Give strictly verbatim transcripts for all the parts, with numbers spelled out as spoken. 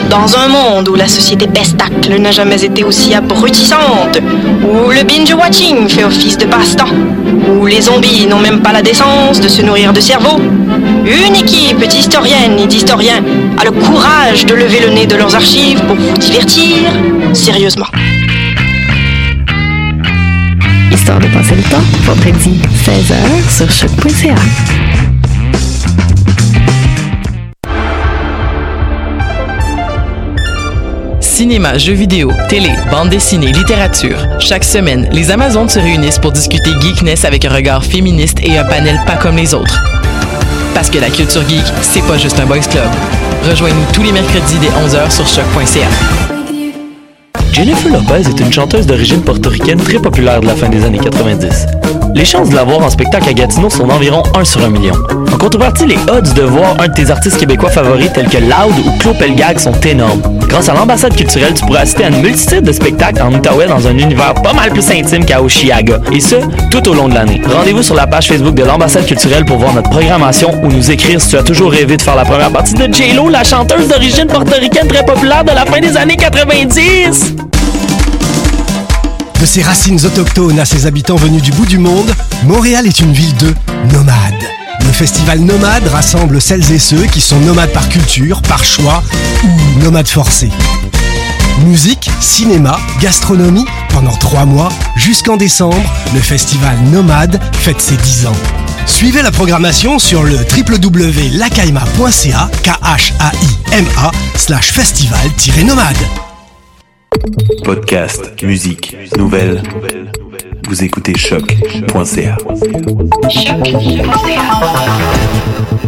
Dans un monde où la société pestacle n'a jamais été aussi abrutissante, où le binge-watching fait office de passe-temps, où les zombies n'ont même pas la décence de se nourrir de cerveau, une équipe d'historiennes et d'historiens a le courage de lever le nez de leurs archives pour vous divertir sérieusement. Histoire de passer le temps, vendredi seize heures sur choc point c a. Cinéma, jeux vidéo, télé, bande dessinée, littérature. Chaque semaine, les Amazones se réunissent pour discuter geekness avec un regard féministe et un panel pas comme les autres. Parce que la culture geek, c'est pas juste un boys club. Rejoignez-nous tous les mercredis dès onze heures sur choc point c a. Jennifer Lopez est une chanteuse d'origine portoricaine très populaire de la fin des années quatre-vingt-dix. Les chances de la voir en spectacle à Gatineau sont d'environ un sur un million. En contrepartie, les odds de voir un de tes artistes québécois favoris tels que Loud ou Claude Pelgag sont énormes. Grâce à l'ambassade culturelle, tu pourras assister à une multitude de spectacles en Outaouais dans un univers pas mal plus intime qu'à Oshiaga. Et ce, tout au long de l'année. Rendez-vous sur la page Facebook de l'ambassade culturelle pour voir notre programmation ou nous écrire si tu as toujours rêvé de faire la première partie de J-Lo, la chanteuse d'origine portoricaine très populaire de la fin des années quatre-vingt-dix. De ses racines autochtones à ses habitants venus du bout du monde, Montréal est une ville de nomades. Le festival Nomade rassemble celles et ceux qui sont nomades par culture, par choix ou nomades forcés. Musique, cinéma, gastronomie, pendant trois mois, jusqu'en décembre, le festival Nomade fête ses dix ans. Suivez la programmation sur le w w w point lacaima point c a, k h a i m a slash festival-nomade. Podcast, musique, nouvelles. Vous écoutez choc point c a. choc point c a.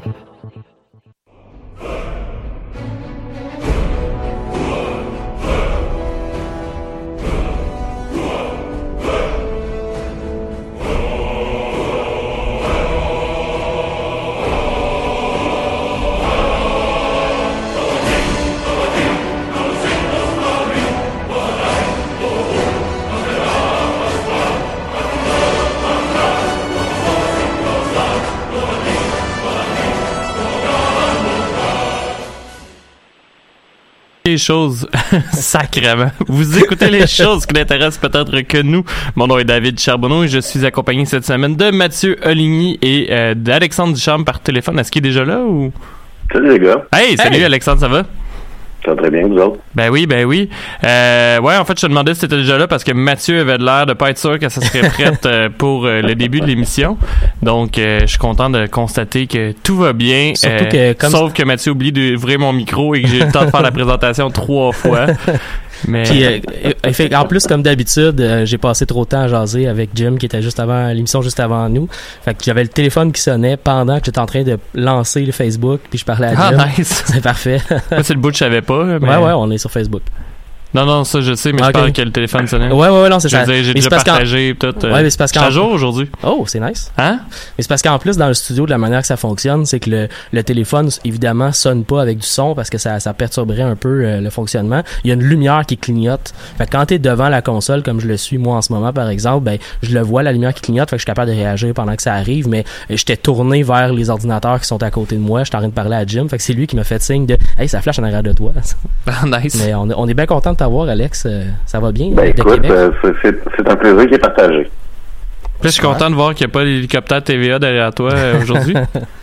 Les choses sacrément. Vous écoutez les choses qui n'intéressent peut-être que nous. Mon nom est David Charbonneau et je suis accompagné cette semaine de Mathieu Oligny et euh, d'Alexandre Ducharme par téléphone. Est-ce qu'il est déjà là ou? Salut les gars. Hey, salut hey. Alexandre, ça va? Ça va très bien, vous autres? Ben oui, ben oui. Euh, ouais, en fait, je te demandais si t'étais déjà là parce que Mathieu avait l'air de pas être sûr que ça serait prête euh, pour euh, le début de l'émission. Donc, euh, je suis content de constater que tout va bien. Surtout euh, que comme sauf que Mathieu oublie d'ouvrir mon micro et que j'ai eu le temps de faire la présentation trois fois. Mais... Puis, euh, fait, en plus, comme d'habitude, euh, j'ai passé trop de temps à jaser avec Jim qui était juste avant l'émission, juste avant nous. Fait que j'avais le téléphone qui sonnait pendant que j'étais en train de lancer le Facebook, puis je parlais à Jim. Ah, nice! C'est parfait. Moi, c'est le bout que je savais pas. Mais... Ouais, ouais, on est sur Facebook. Non, non, ça, je sais, mais okay. Je parle que le téléphone sonnait. Ouais, ouais, ouais, non, c'est je ça. Dire, j'ai mais déjà partagé tout. Euh, ouais, mais c'est parce qu'en... Je suis à jour aujourd'hui. Oh, c'est nice. Hein? Mais c'est parce qu'en plus, dans le studio, de la manière que ça fonctionne, c'est que le, le téléphone, évidemment, sonne pas avec du son parce que ça, ça perturberait un peu euh, le fonctionnement. Il y a une lumière qui clignote. Fait que quand t'es devant la console, comme je le suis moi en ce moment, par exemple, ben, je le vois, la lumière qui clignote, fait que je suis capable de réagir pendant que ça arrive, mais euh, j'étais tourné vers les ordinateurs qui sont à côté de moi. J'étais en train de parler à Jim. Fait que c'est lui qui m'a fait signe de « Hey, ça flash en arrière de toi. » Ah, nice. Mais on, on est bien content de t'avoir, Alex. Ça va bien? Ben écoute, euh, c'est, c'est un plaisir qui est partagé. Puis, je suis content de voir qu'il n'y a pas l'hélicoptère T V A derrière toi euh, aujourd'hui.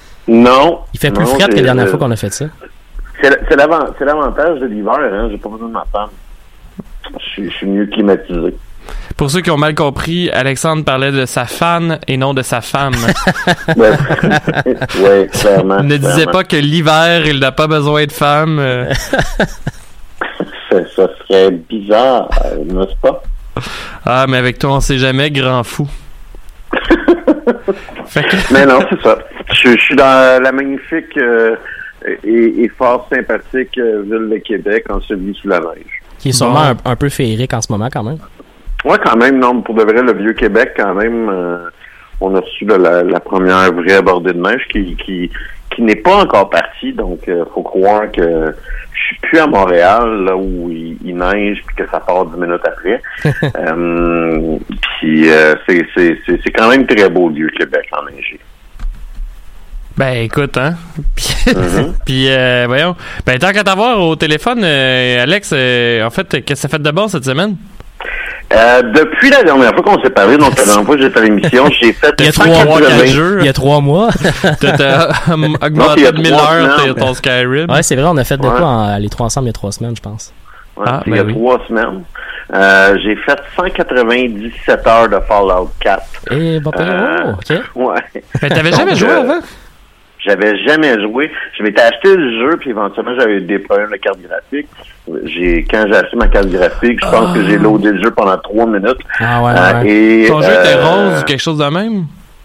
Non. Il fait plus non, frais que la dernière euh, fois qu'on a fait ça. C'est, c'est, l'avant, c'est l'avantage de l'hiver, hein. J'ai pas besoin de ma femme. Je, je suis mieux climatisé. Pour ceux qui ont mal compris, Alexandre parlait de sa fan et non de sa femme. Ben, oui, clairement. Ne disait clairement. pas que l'hiver, il n'a pas besoin de femme. Euh... ça, ça serait bizarre, n'est-ce pas? Ah, mais avec toi, on sait jamais, grand fou. Fait que... Mais non, c'est ça. Je, je suis dans la magnifique euh, et, et fort sympathique euh, ville de Québec, ensevelie sous la neige. Qui est sûrement bon. un, un peu féerique en ce moment, quand même. Ouais, quand même, non, pour de vrai, le vieux Québec, quand même, euh, on a reçu là, la, la première vraie bordée de neige qui, qui, qui n'est pas encore partie, donc euh, faut croire que je suis plus à Montréal, là où il, il neige, puis que ça part dix minutes après. euh, puis euh, c'est, c'est, c'est, c'est quand même très beau, le vieux Québec, enneigé. Ben écoute, hein. Puis, Mm-hmm. puis euh, voyons. Ben tant qu'à t'avoir au téléphone, euh, Alex, euh, en fait, qu'est-ce que ça fait de bon cette semaine? Euh, depuis la dernière fois qu'on s'est parlé, donc la dernière fois que j'ai fait l'émission, j'ai fait Il y a cent trois mois, quatre-vingts. jeux. Il y a trois mois. T'as, t'as Non, augmenté il y a de mille trois heures semaines. ton- ton Skyrim. Ouais, c'est vrai, on a fait de Ouais. quoi en- les trois ensemble il y a trois semaines, je pense. Ouais, Ah, il y a ben oui. trois semaines. Euh, j'ai fait cent quatre-vingt-dix-sept heures de Fallout quatre. Et bon, Euh, oh, ok. Ouais. Ben t'avais jamais Donc, joué euh, avant? J'avais jamais joué. Je m'étais acheté le jeu, puis éventuellement, j'avais déployé la carte graphique. J'ai, quand j'ai acheté ma carte graphique, je pense que j'ai loadé le jeu pendant trois minutes. Ah ouais, Euh, ouais. et, Ton jeu était euh, rose ou quelque chose de même?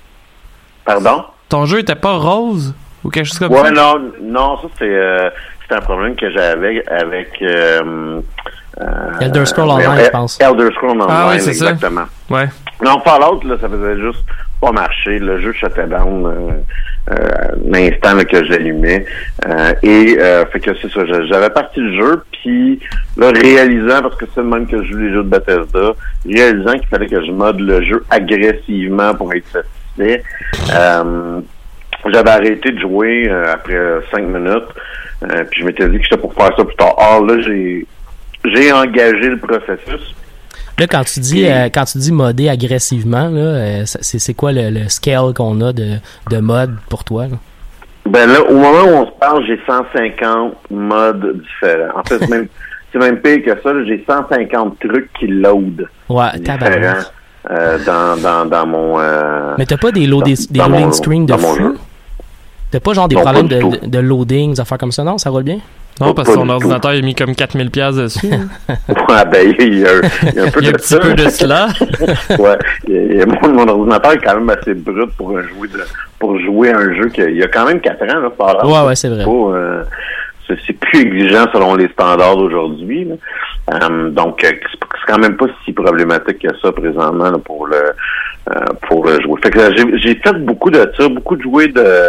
Pardon? Ton jeu était pas rose ou quelque chose comme Ouais, ça? non, non, ça c'est, euh, c'est un problème que j'avais avec, euh, euh, Elder Scrolls voyons, Online, je pense. Elder Scrolls Online, Ah oui, c'est ça. exactement. Ouais. Non, Fallout, là, ça faisait juste pas marcher. Le jeu shuttait down euh, euh, l'instant là, que j'allumais. Euh, et euh, fait que c'est ça, je- j'avais parti le jeu, puis là, réalisant, parce que c'est le même que je joue les jeux de Bethesda, réalisant qu'il fallait que je mode le jeu agressivement pour être satisfait, euh, j'avais arrêté de jouer euh, après cinq minutes, euh, puis je m'étais dit que j'étais pour faire ça plus tard. Or là, j'ai j'ai engagé le processus. Là, quand tu dis euh, quand tu dis modder agressivement, là, euh, c'est, c'est quoi le, le scale qu'on a de, de mode pour toi? Là? Ben là, au moment où on se parle, j'ai cent cinquante modes différents. En fait, c'est même, c'est même pire que ça. Là, j'ai cent cinquante trucs qui load Ouais, différents tabarnak. euh, dans, dans, dans mon... Euh, Mais t'as pas des, load- dans- des, des dans loading mon- screens de dans mon fou? jeu. T'as pas genre des Non, problèmes pas du de, de, de loading, des affaires comme ça, non? Ça roule bien? Non, parce que Pas son du ordinateur il a mis comme quatre mille piastres dessus. Ouais, ben, il y a, il y a un peu Il y a un de petit ça. peu de cela. Ouais, il y a- mon, mon ordinateur est quand même assez brut pour un jouer de, pour jouer à un jeu qui il y a quand même quatre ans là. Fallout. Ouais, ouais, c'est vrai. Pas, euh, c'est, c'est plus exigeant selon les standards d'aujourd'hui. Là. Euh, donc, euh, c'est, c'est quand même pas si problématique que ça présentement là, pour le euh, pour le jouer. Fait que j'ai, j'ai fait beaucoup de ça, beaucoup de jouer de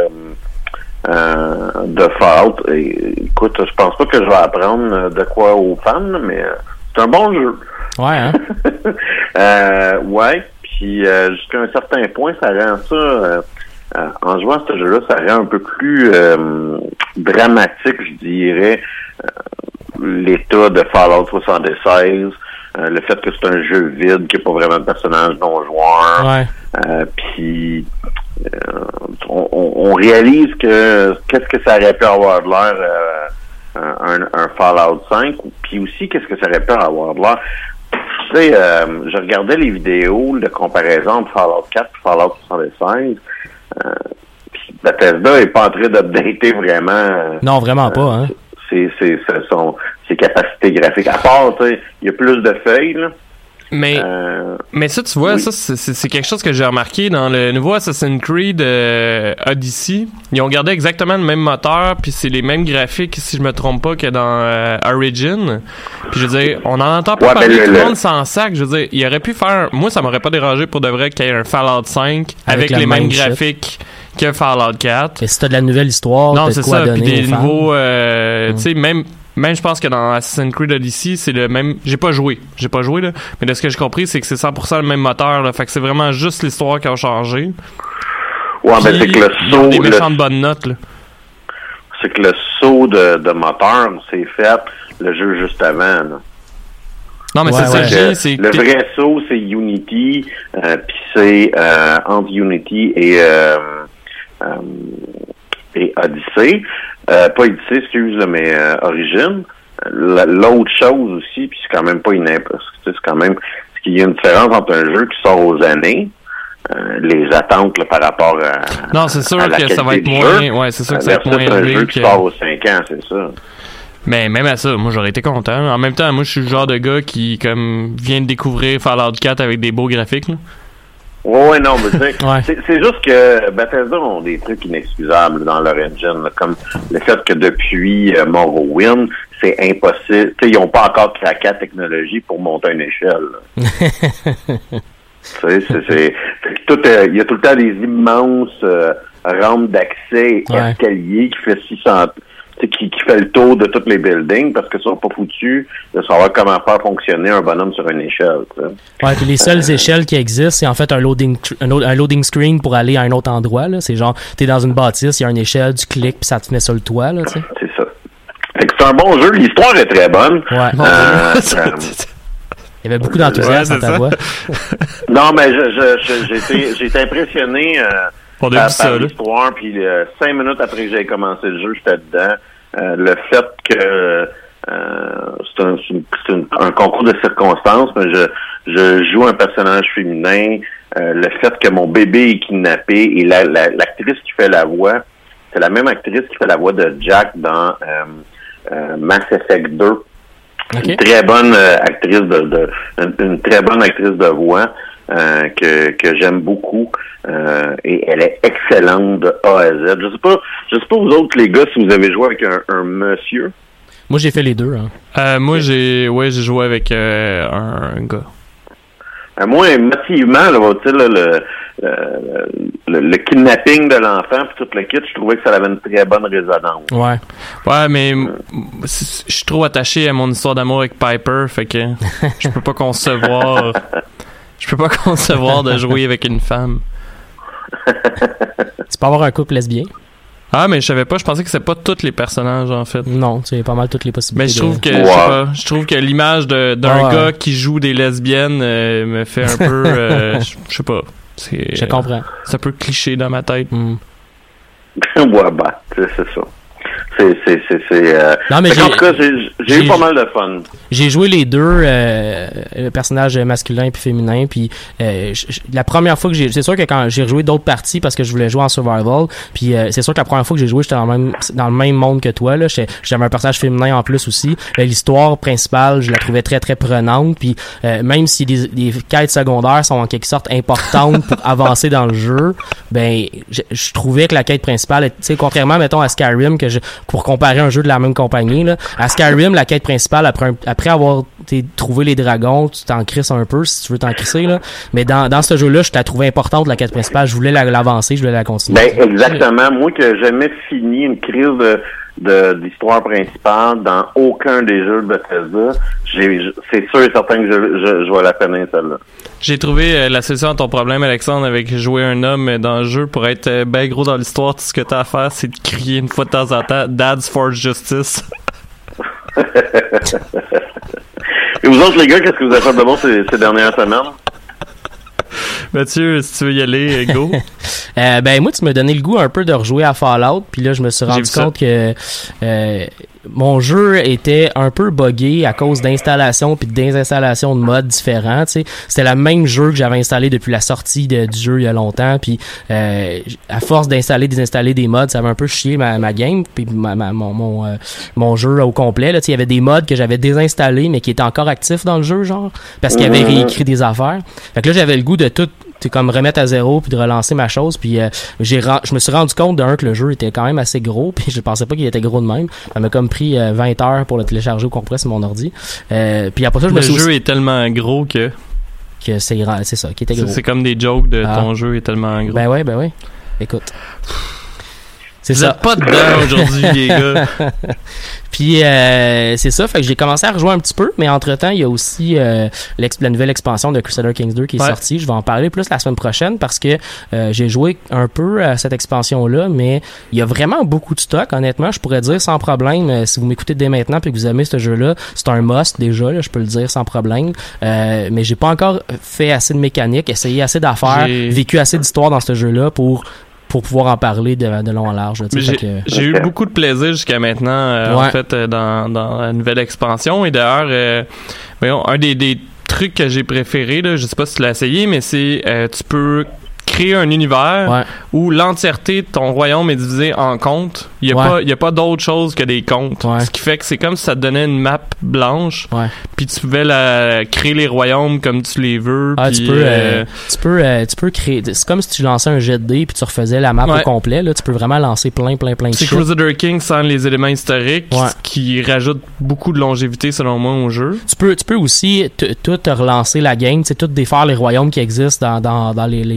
euh, de Fallout. Et, écoute, je pense pas que je vais apprendre de quoi aux fans, là, mais euh, c'est un bon jeu. Ouais, hein? euh, ouais, puis euh, jusqu'à un certain point, ça rend ça, euh, euh, en jouant à ce jeu-là, ça rend un peu plus euh, dramatique, je dirais, euh, l'état de Fallout soixante-seize, euh, le fait que c'est un jeu vide, qu'il n'y a pas vraiment de personnage non-joueur, Ouais. euh, puis euh, on, on- on réalise que qu'est-ce que ça aurait pu avoir de l'air euh, un, un Fallout cinq, puis aussi qu'est-ce que ça aurait pu avoir de l'air. Tu sais, euh, je regardais les vidéos de comparaison entre Fallout quatre et Fallout soixante-seize. Euh, puis Bethesda est pas en train d'updater vraiment. euh, Non, vraiment pas, hein? ses, ses, ses, son- ses capacités graphiques. À part, tu sais, il y a plus de feuilles, là. Mais, Euh, mais ça, tu vois, oui. ça, c'est, c'est- c'est quelque chose que j'ai remarqué dans le nouveau Assassin's Creed euh, Odyssey. Ils ont gardé exactement le même moteur, puis c'est les mêmes graphiques, si je me trompe pas, que dans euh, Origin. Puis je veux dire, on en entend pas Ouais, parler, ben, tout le- le le- monde s'en sac. Je veux dire, il aurait pu faire... Moi, ça m'aurait pas dérangé pour de vrai qu'il y ait un Fallout cinq avec, Avec la les mêmes même shit. graphiques que Fallout quatre. Et si t'as de la nouvelle histoire, Non, t'as c'est de quoi ça. Puis donner des aux fans. nouveaux, euh, Mm. tu sais, même, même je pense que dans Assassin's Creed Odyssey, c'est le même. J'ai pas joué, j'ai pas joué là. Mais de ce que j'ai compris, c'est que c'est cent pour cent le même moteur. Là, fait que c'est vraiment juste l'histoire qui a changé. ouais, ben, Puis, c'est que le ils ont saut, des le- méchantes bonnes notes là. c'est que le saut de, de moteur s'est fait le jeu juste avant, là. Non, mais Ouais, c'est ça ouais. que Le, j'ai, c'est le que- vrai saut, c'est Unity, euh, puis c'est euh, entre Unity et euh, euh, et Odyssey. Euh, pas Odyssey, excuse, là, mais euh, Origin. La- L'autre chose aussi, puis c'est quand même pas une imp- c'est quand même c'est qu'il y a une différence entre un jeu qui sort aux années, euh, les attentes là, par rapport à Non, c'est sûr à la que ça va qualité être du moins. jeu, Ouais, c'est sûr que ça va être versus moins un élevé jeu qui que. sort aux cinq ans, c'est ça. Mais même à ça, moi j'aurais été content. En même temps, moi je suis le genre de gars qui comme vient de découvrir Fallout quatre avec des beaux graphiques. Là. Ouais, ouais, non, mais tu sais, Ouais. c'est, c'est juste que Bethesda ont des trucs inexcusables dans leur engine, là, comme le fait que depuis euh, Morrowind, c'est impossible. Tu sais, ils ont pas encore craqué la technologie pour monter une échelle. là. Tu sais, c'est, c'est, fait que tout, euh, il y a tout le temps des immenses euh, rampes d'accès, Ouais. escaliers qui fait six cents, qui, qui fait le tour de tous les buildings parce qu'ils sont pas foutus de savoir comment faire fonctionner un bonhomme sur une échelle. T'sais. Ouais, puis les seules euh, échelles qui existent, c'est en fait un loading un, un loading screen pour aller à un autre endroit. Là. C'est genre, t'es dans une bâtisse, il y a une échelle, tu cliques, puis ça te met sur le toit. Là, t'sais. C'est ça. Fait que c'est un bon jeu, l'histoire est très bonne. Ouais. Euh, euh, il y avait beaucoup d'enthousiasme ouais, dans ta voix. Non, mais je, je, je, j'ai, été, j'ai été impressionné euh, On a par, vu ça, par l'histoire, puis euh, cinq minutes après que j'avais commencé le jeu, j'étais dedans. Euh, le fait que euh, c'est, un, c'est, une, c'est une, un concours de circonstances, mais je, je joue un personnage féminin. Euh, le fait que mon bébé est kidnappé et la, la, l'actrice qui fait la voix, c'est la même actrice qui fait la voix de Jack dans euh, euh, Mass Effect deux. Okay. Une très bonne euh, actrice de, de une, une très bonne actrice de voix euh, que que j'aime beaucoup euh, et elle est excellente de A à Z. Je sais pas, je sais pas vous autres les gars si vous avez joué avec un, un monsieur. Moi j'ai fait les deux. Hein. Euh, moi j'ai ouais j'ai joué avec euh, un, un gars. Euh, moi émotivement là, tu sais là, le, le, le le kidnapping de l'enfant puis tout le kit, je trouvais que ça avait une très bonne résonance. Ouais. Ouais, mais je suis trop attaché à mon histoire d'amour avec Piper, fait que je peux pas concevoir je peux pas concevoir de jouer avec une femme. Tu peux avoir un couple lesbien. Ah, mais je savais pas, je pensais que c'était pas tous les personnages en fait. Non, c'est pas mal toutes les possibilités. Mais je trouve de... que wow. je sais pas, je trouve que l'image de d'un ah, ouais. gars qui joue des lesbiennes euh, me fait un peu euh, je sais pas. C'est, je comprends. C'est un peu cliché dans ma tête. Mm. Ouais, bah, c'est, c'est ça. C'est, c'est, c'est, c'est euh... Non, mais j'ai, en tout cas, j'ai, j'ai, j'ai eu pas mal de fun. J'ai joué les deux euh, personnages masculins puis féminins, puis euh, la première fois que j'ai, c'est sûr que quand j'ai rejoué d'autres parties parce que je voulais jouer en survival, puis euh, c'est sûr que la première fois que j'ai joué, j'étais dans le même dans le même monde que toi là, j'étais, j'avais un personnage féminin en plus aussi. L'histoire principale, je la trouvais très très prenante, puis euh, même si les, les quêtes secondaires sont en quelque sorte importantes pour avancer dans le jeu, ben je, je trouvais que la quête principale, tu sais, contrairement mettons à Skyrim que je pour comparer un jeu de la même compagnie là, à Skyrim la quête principale après un, après avoir trouvé les dragons, tu t'en crisses un peu si tu veux t'en crisser là, mais dans dans ce jeu-là, je la trouvais importante la quête principale, je voulais la, l'avancer, je voulais la continuer. Ben exactement, moi qui n'ai jamais fini une crise de de d'histoire principale dans aucun des jeux de Bethesda, j'ai, c'est sûr et certain que je, je, je vais la finir celle-là. J'ai trouvé euh, la solution à ton problème, Alexandre, avec jouer un homme dans le jeu pour être euh, ben gros dans l'histoire. Tout ce que t'as à faire, c'est de crier une fois de temps en temps « Dad's for Justice ». Et vous autres, les gars, qu'est-ce que vous avez fait de bon ces, ces dernières semaines? Mathieu, si tu veux y aller, go. euh, ben moi, tu m'as donné le goût un peu de rejouer à Fallout, puis là, je me suis rendu compte que euh, mon jeu était un peu buggé à cause d'installation puis de désinstallation de modes différents. Tu sais, c'était le même jeu que j'avais installé depuis la sortie de, du jeu il y a longtemps, puis euh, à force d'installer, désinstaller des mods, ça avait un peu chié ma, ma game, puis ma, ma, mon mon, euh, mon jeu au complet. Là, tu sais, il y avait des mods que j'avais désinstallés mais qui étaient encore actifs dans le jeu, genre parce qu'il avait réécrit des affaires. Fait que là, j'avais le goût de tout c'est comme remettre à zéro puis de relancer ma chose, puis euh, j'ai je me suis rendu compte d'un que le jeu était quand même assez gros, puis je pensais pas qu'il était gros de même. Ça m'a comme pris euh, vingt heures pour le télécharger au complet sur mon ordi. Euh, puis après ça je le me suis jeu aussi... est tellement gros que que c'est c'est ça qui était gros. C'est, c'est comme des jokes de ah. ton jeu est tellement gros. Ben ouais, ben ouais. Écoute. C'est Vous ça. êtes pas dedans aujourd'hui, les gars. Puis euh, c'est ça, fait que j'ai commencé à rejouer un petit peu, mais entre-temps, il y a aussi euh, la nouvelle expansion de Crusader Kings deux qui est ouais. sortie. Je vais en parler plus la semaine prochaine parce que euh, j'ai joué un peu à cette expansion-là, mais il y a vraiment beaucoup de stock, honnêtement. Je pourrais dire sans problème, euh, si vous m'écoutez dès maintenant et que vous aimez ce jeu-là, c'est un must déjà, là, je peux le dire sans problème. Euh, mais j'ai pas encore fait assez de mécanique, essayé assez d'affaires, j'ai... vécu assez d'histoires dans ce jeu-là pour... pour pouvoir en parler de, de long en large. Mais j'ai, que... j'ai eu beaucoup de plaisir jusqu'à maintenant, euh, ouais. en fait, euh, dans, dans la nouvelle expansion. Et d'ailleurs, euh, voyons, un des, des trucs que j'ai préféré, là, je sais pas si tu l'as essayé, mais c'est euh, tu peux créer un univers ouais. où l'entièreté de ton royaume est divisée en comptes. Il y a ouais. pas il y a pas d'autre chose que des comptes. Ouais. Ce qui fait que c'est comme si ça te donnait une map blanche. Ouais. Puis tu pouvais la créer les royaumes comme tu les veux. Ah, puis, tu peux euh, euh, tu peux euh, tu peux créer, c'est comme si tu lançais un jet de dés puis tu refaisais la map ouais. au complet là, tu peux vraiment lancer plein plein plein de c'est shit. Crusader Kings sans les éléments historiques ouais. qui rajoutent beaucoup de longévité selon moi au jeu. Tu peux tu peux aussi t- tout relancer la game, tu sais tout défaire les royaumes qui existent dans dans dans les, les timelines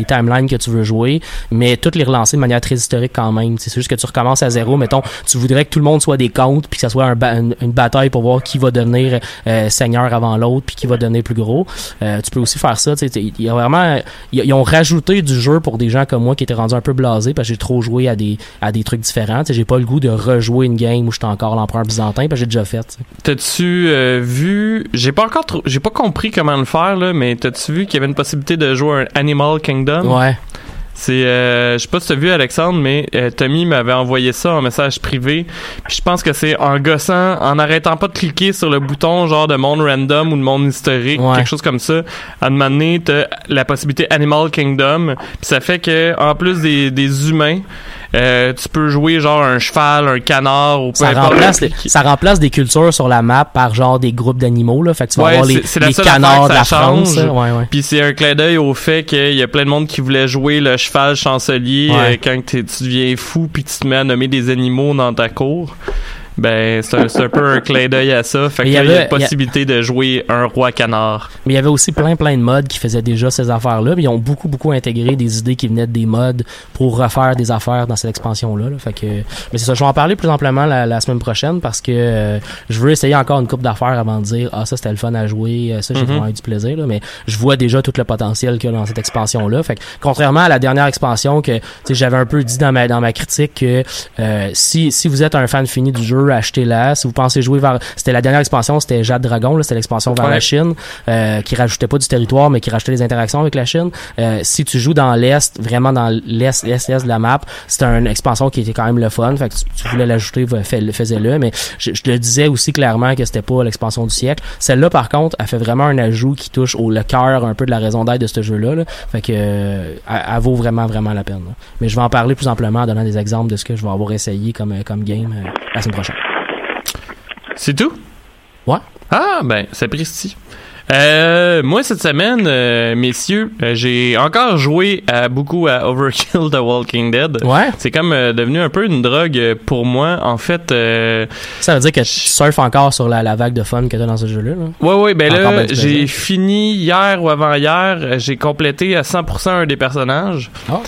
que tu veux jouer, mais toutes les relancer de manière très historique quand même. C'est juste que tu recommences à zéro. Mettons, tu voudrais que tout le monde soit des comptes, puis que ça soit un ba- une, une bataille pour voir qui va devenir euh, seigneur avant l'autre, puis qui va devenir plus gros. Euh, tu peux aussi faire ça. Il y a vraiment, y a, ils ont rajouté du jeu pour des gens comme moi qui étaient rendus un peu blasés parce que j'ai trop joué à des à des trucs différents. T'sais, j'ai pas le goût de rejouer une game où j'étais encore l'empereur byzantin parce que j'ai déjà fait. T'sais. T'as-tu euh, vu, j'ai pas encore, trop, j'ai pas compris comment le faire là, mais t'as-tu vu qu'il y avait une possibilité de jouer un Animal Kingdom? Ouais. C'est, euh, je sais pas si t'as vu Alexandre, mais euh, Tommy m'avait envoyé ça en message privé. Puis je pense que c'est en gossant, en arrêtant pas de cliquer sur le bouton genre de monde random ou de monde historique, ouais. quelque chose comme ça. À un moment donné, t'as la possibilité Animal Kingdom. Puis ça fait que en plus des, des humains, euh, tu peux jouer genre un cheval, un canard ou peu ça importe. Remplace les, ça remplace des cultures sur la map par genre des groupes d'animaux là. Fait que tu vas ouais, avoir les, c'est, c'est les canards de la change. France. Ouais, ouais. Puis c'est un clin d'œil au fait qu'il y a plein de monde qui voulait jouer le cheval chancelier ouais. euh, quand tu deviens fou puis tu te mets à nommer des animaux dans ta cour. Ben, c'est un, c'est un peu un clin d'œil à ça. Fait que là, il y a la possibilité de jouer un roi canard. Mais il y avait aussi plein, plein de mods qui faisaient déjà ces affaires-là. Puis ils ont beaucoup, beaucoup intégré des idées qui venaient des mods pour refaire des affaires dans cette expansion-là. Là. Fait que, mais c'est ça, je vais en parler plus amplement la, la semaine prochaine parce que euh, je veux essayer encore une couple d'affaires avant de dire ah, ça, c'était le fun à jouer. Ça, j'ai mm-hmm. vraiment eu du plaisir. Là. Mais je vois déjà tout le potentiel qu'il y a dans cette expansion-là. Fait que, contrairement à la dernière expansion que j'avais un peu dit dans ma, dans ma critique que euh, si, si vous êtes un fan fini du jeu, achetez-la. Si vous pensez jouer vers... C'était la dernière expansion, c'était Jade Dragon, là, c'était l'expansion vers ouais. la Chine, euh, qui rajoutait pas du territoire, mais qui rajoutait des interactions avec la Chine. Euh, si tu joues dans l'Est, vraiment dans l'Est, l'Est, l'Est de la map, c'était une expansion qui était quand même le fun. Fait que tu, tu voulais l'ajouter, fais, faisais-le. Mais je, je te disais aussi clairement que c'était pas l'expansion du siècle. Celle-là, par contre, elle fait vraiment un ajout qui touche au le cœur un peu de la raison d'être de ce jeu-là. Là. Fait que euh, elle, elle vaut vraiment, vraiment la peine. Là. Mais je vais en parler plus amplement en donnant des exemples de ce que je vais avoir essayé comme, comme game euh, la semaine prochaine. C'est tout? Ouais. Ah, ben, c'est presti. Euh, moi, cette semaine, euh, messieurs, euh, j'ai encore joué à, beaucoup à Overkill The Walking Dead. Ouais. C'est comme euh, devenu un peu une drogue pour moi. En fait... Euh, ça veut dire que tu surfes encore sur la, la vague de fun que t'as dans ce jeu-là? Là? Ouais, ouais. Ben encore là, j'ai fini hier ou avant-hier. J'ai complété à cent pour cent un des personnages. Oh.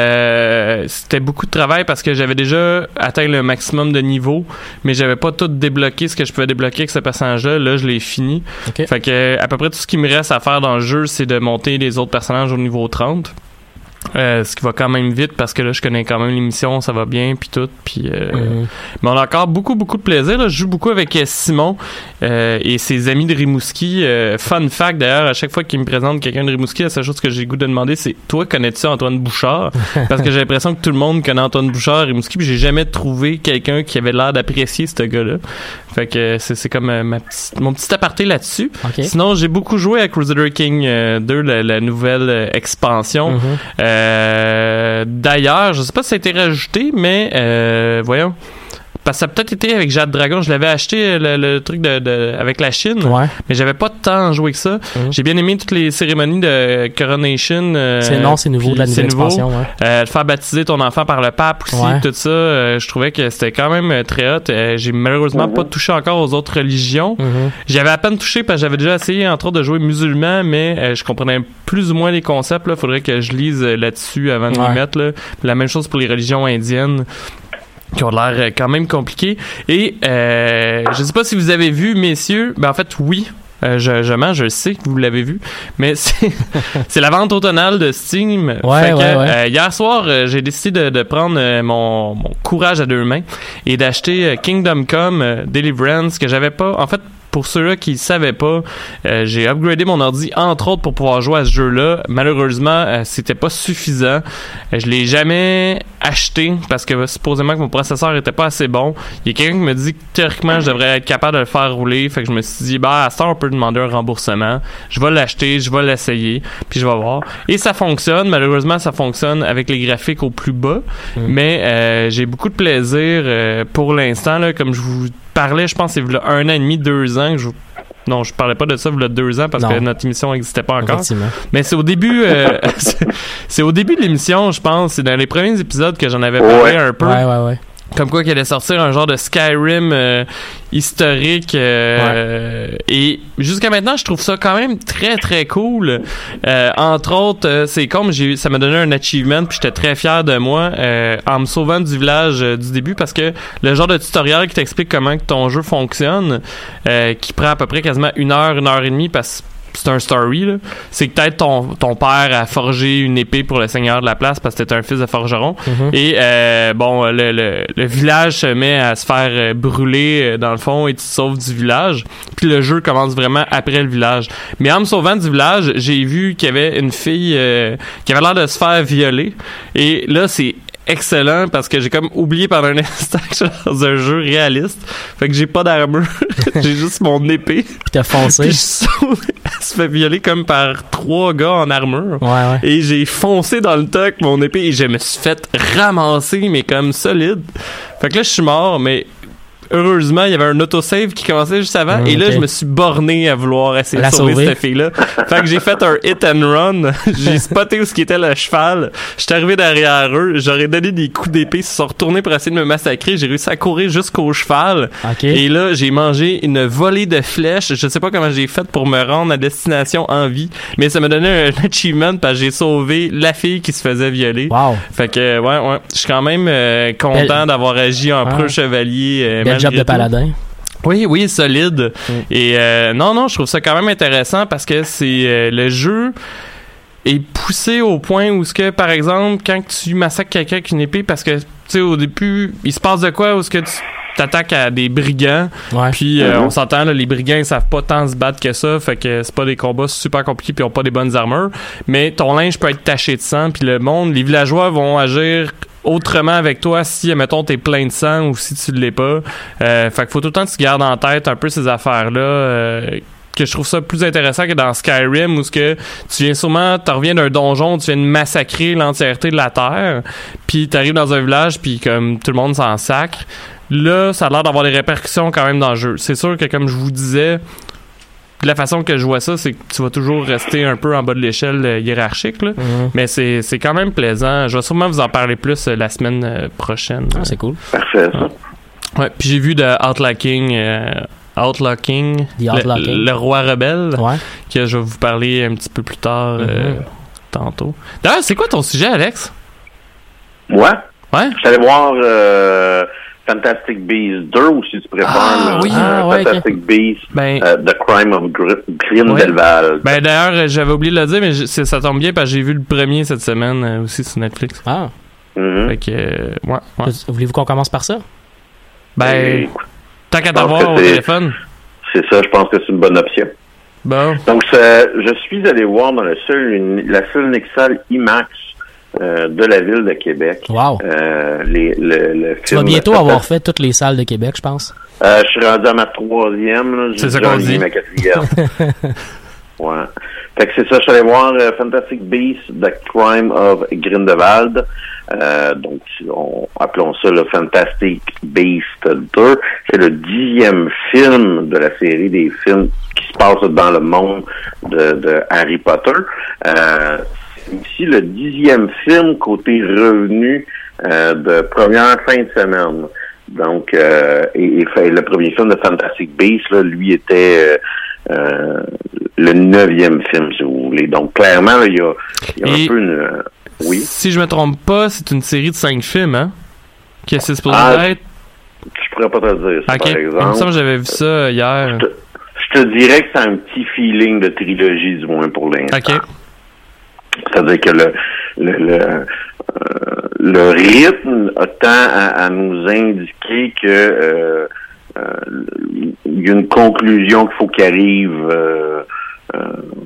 Euh, c'était beaucoup de travail parce que j'avais déjà atteint le maximum de niveau, mais j'avais pas tout débloqué ce que je pouvais débloquer avec ce personnage-là. Là, je l'ai fini. Okay. Fait que à peu près tout ce qui me reste à faire dans le jeu, c'est de monter les autres personnages au niveau trente. Euh, ce qui va quand même vite parce que là je connais quand même l'émission, ça va bien puis tout puis euh, mm-hmm. mais on a encore beaucoup beaucoup de plaisir là. Je joue beaucoup avec Simon euh, et ses amis de Rimouski. Euh, fun fact d'ailleurs, à chaque fois qu'il me présente quelqu'un de Rimouski, la seule chose que j'ai le goût de demander c'est toi connais-tu Antoine Bouchard? Parce que j'ai l'impression que tout le monde connaît Antoine Bouchard à Rimouski puis j'ai jamais trouvé quelqu'un qui avait l'air d'apprécier ce gars-là. Fait que c'est, c'est comme euh, ma petite, mon petit aparté là-dessus. Okay. Sinon j'ai beaucoup joué à Crusader King euh, deux, la, la nouvelle euh, expansion. Mm-hmm. Euh, Euh, d'ailleurs, je sais pas si ça a été rajouté, mais euh, voyons. Parce que ça a peut-être été avec Jade Dragon. Je l'avais acheté le, le truc de, de avec la Chine, ouais. mais j'avais pas de temps à jouer que ça. Mm-hmm. J'ai bien aimé toutes les cérémonies de Coronation. Euh, c'est non, c'est nouveau de la nouvelle expansion. Ouais. Euh, faire baptiser ton enfant par le pape aussi, ouais. tout ça. Euh, je trouvais que c'était quand même très hot. Euh, j'ai malheureusement mm-hmm. pas touché encore aux autres religions. Mm-hmm. J'avais à peine touché parce que j'avais déjà essayé entre autres de jouer musulman, mais euh, je comprenais plus ou moins les concepts. Là, faudrait que je lise là-dessus avant de ouais. m'y mettre. Là. La même chose pour les religions indiennes, qui ont l'air quand même compliqués. Et euh, je sais pas si vous avez vu, messieurs, ben en fait oui. Euh, je, je mens, je sais que vous l'avez vu, mais c'est, c'est la vente automnale de Steam. Ouais, fait que, ouais, ouais. Euh, hier soir, euh, j'ai décidé de, de prendre euh, mon, mon courage à deux mains et d'acheter euh, Kingdom Come euh, Deliverance que j'avais pas. En fait, pour ceux-là qui ne savaient pas, euh, j'ai upgradé mon ordi, entre autres, pour pouvoir jouer à ce jeu-là. Malheureusement, euh, c'était pas suffisant. Euh, je l'ai jamais acheté parce que supposément que mon processeur était pas assez bon. Il y a quelqu'un qui me dit que théoriquement, je devrais être capable de le faire rouler. Fait que je me suis dit, bah, à ce temps, on peut demander un remboursement. Je vais l'acheter, je vais l'essayer, puis je vais voir. Et ça fonctionne. Malheureusement, ça fonctionne avec les graphiques au plus bas. Mmh. Mais euh, j'ai beaucoup de plaisir euh, pour l'instant, là, comme je vous parlais, je pense que c'est là, un an et demi, deux ans que je non, je parlais pas de ça il y a deux ans parce non. que notre émission n'existait pas encore. Mais c'est au début euh, c'est, c'est au début de l'émission, je pense, c'est dans les premiers épisodes que j'en avais parlé ouais. un peu. Ouais, ouais, ouais. comme quoi qu'il allait sortir un genre de Skyrim euh, historique euh, ouais. Et jusqu'à maintenant je trouve ça quand même très très cool. Euh, entre autres euh, c'est comme j'ai ça m'a donné un achievement puis j'étais très fier de moi euh, en me sauvant du village euh, du début parce que le genre de tutoriel qui t'explique comment que ton jeu fonctionne euh, qui prend à peu près quasiment une heure une heure et demie parce que c'est un story, là. C'est que peut-être ton, ton père a forgé une épée pour le seigneur de la place parce que t'es un fils de forgeron. Mm-hmm. Et euh, bon, le, le, le village se met à se faire euh, brûler euh, dans le fond et tu te sauves du village. Puis le jeu commence vraiment après le village. Mais en me sauvant du village, j'ai vu qu'il y avait une fille euh, qui avait l'air de se faire violer. Et là, c'est excellent parce que j'ai comme oublié pendant un instant que j'étais dans un jeu réaliste. Fait que j'ai pas d'armure. J'ai juste mon épée. Puis t'as foncé. Puis je elle se fait violer comme par trois gars en armure. Ouais, ouais. Et j'ai foncé dans le tas avec mon épée et je me suis fait ramasser, mais comme solide. Fait que là, je suis mort, mais heureusement, il y avait un autosave qui commençait juste avant. Mmh, et là, okay. je me suis borné à vouloir essayer de sauver, sauver cette fille-là. Fait que j'ai fait un hit and run. J'ai spoté où ce qui était le cheval. J'étais arrivé derrière eux. J'aurais donné des coups d'épée. Ils se sont retournés pour essayer de me massacrer. J'ai réussi à courir jusqu'au cheval. Okay. Et là, j'ai mangé une volée de flèches. Je sais pas comment j'ai fait pour me rendre à destination en vie. Mais ça m'a donné un achievement parce que j'ai sauvé la fille qui se faisait violer. Wow. Fait que, ouais, ouais. Je suis quand même euh, content Belle... d'avoir agi en ah. preux chevalier. Euh, job de paladin. Oui, oui, solide. Mm. Et euh, non, non, je trouve ça quand même intéressant parce que c'est euh, le jeu est poussé au point où ce que, par exemple, quand tu massacres quelqu'un avec une épée, parce que, tu sais, au début, il se passe de quoi où ce que tu t'attaques à des brigands, ouais. puis euh, mm-hmm. on s'entend, là, les brigands, ils savent pas tant se battre que ça, fait que c'est pas des combats super compliqués puis ils ont pas des bonnes armures, mais ton linge peut être taché de sang, puis le monde, les villageois vont agir autrement avec toi si, mettons, t'es plein de sang ou si tu l'es pas. Euh, fait qu'il faut tout le temps que tu gardes en tête un peu ces affaires-là, euh, que je trouve ça plus intéressant que dans Skyrim où ce que tu viens sûrement, tu reviens d'un donjon, tu viens de massacrer l'entièreté de la terre, puis t'arrives dans un village, puis comme tout le monde s'en sacre. Là, ça a l'air d'avoir des répercussions quand même dans le jeu. C'est sûr que, comme je vous disais, la façon que je vois ça, c'est que tu vas toujours rester un peu en bas de l'échelle euh, hiérarchique, là. Mm-hmm. Mais c'est, c'est quand même plaisant. Je vais sûrement vous en parler plus euh, la semaine euh, prochaine. Ah, c'est cool. Parfait, ça. Ouais, ouais, puis j'ai vu de Outlocking, euh, Outlocking, Outlocking. Le, le roi rebelle, ouais. que je vais vous parler un petit peu plus tard, mm-hmm. euh, tantôt. D'ailleurs, c'est quoi ton sujet, Alex? Moi? Ouais? Je suis allé voir... Euh... Fantastic Beasts deux, ou si tu préfères, ah, là, oui, euh, ah, ouais, Fantastic okay. Beasts, ben, euh, The Crime of Gr- Grindelwald. Ouais. Ben d'ailleurs, j'avais oublié de le dire, mais je, ça tombe bien parce que j'ai vu le premier cette semaine euh, aussi sur Netflix. Ah. Mm-hmm. Fait que, euh, ouais, ouais. Voulez-vous qu'on commence par ça? Ben, Et, tant qu'à t'avoir au téléphone. C'est ça, je pense que c'est une bonne option. Bon. Donc, je suis allé voir dans le seul, la seule unique salle IMAX Euh, de la ville de Québec. Wow. Euh, les, le, le tu vas bientôt avoir fait toutes les salles de Québec, je pense. Euh, je suis rendu à ma troisième. Là. C'est ça qu'on dit. Ma quatrième. Ouais. Fait que c'est ça, je suis allé voir euh, Fantastic Beasts, The Crime of Grindelwald. Euh, donc, on, appelons ça le Fantastic Beasts deux. C'est le dixième film de la série des films qui se passent dans le monde de, de Harry Potter. Euh, Ici, le dixième film côté revenu euh, de première fin de semaine. Donc, euh, et, et le premier film de Fantastic Beasts, là, lui, était euh, euh, le neuvième film, si vous voulez. Donc, clairement, là, il y a, il y a un peu une... Euh, oui. Si je me trompe pas, c'est une série de cinq films, hein? Que c'est supposé ah, être... Je pourrais pas te le dire, ça, okay. par exemple. Il me semble que j'avais vu ça hier. Je te, je te dirais que c'est un petit feeling de trilogie, du moins, pour l'instant. OK. C'est-à-dire que le le, le, euh, le rythme a tend à, à nous indiquer que euh, euh, il y a une conclusion qu'il faut qu'elle arrive euh, euh,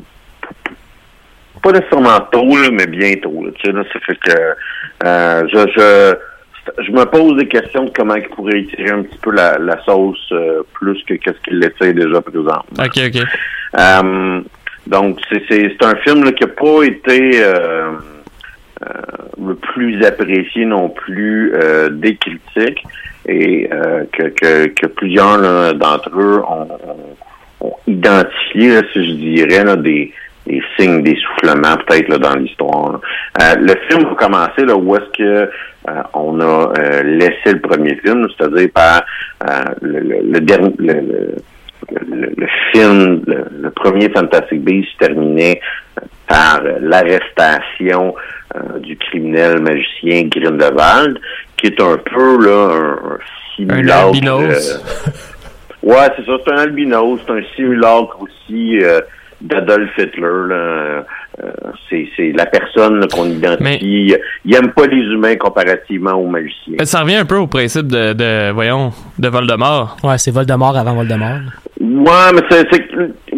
pas nécessairement tôt, là, mais bientôt. Là, tu sais, là, ça fait que euh, je, je je me pose des questions de comment il pourrait étirer un petit peu la, la sauce euh, plus que qu'est-ce qu'il essaie déjà présent. OK, OK. Euh, Donc, c'est, c'est, c'est un film là, qui n'a pas été euh, euh, le plus apprécié non plus euh, des critiques et euh, que, que, que plusieurs là, d'entre eux ont, ont, ont identifié, là, si je dirais, là, des, des signes d'essoufflement peut-être là, dans l'histoire. Euh, le film va commencer là où est-ce que euh, on a euh, laissé le premier film, c'est-à-dire par euh, le, le, le dernier le, le, le, le film, le, le premier Fantastic Beasts terminait par l'arrestation euh, du criminel magicien Grindelwald, qui est un peu là un, un simulacre. Un albinos. Euh, ouais, c'est ça, c'est un albinos, c'est un simulacre aussi euh, d'Adolf Hitler. Là. Euh, c'est, c'est la personne là, qu'on identifie. Mais, il aime pas les humains comparativement aux magiciens. Mais ça revient un peu au principe de, de voyons, de Voldemort. Ouais, c'est Voldemort avant Voldemort. Ouais, mais c'est... c'est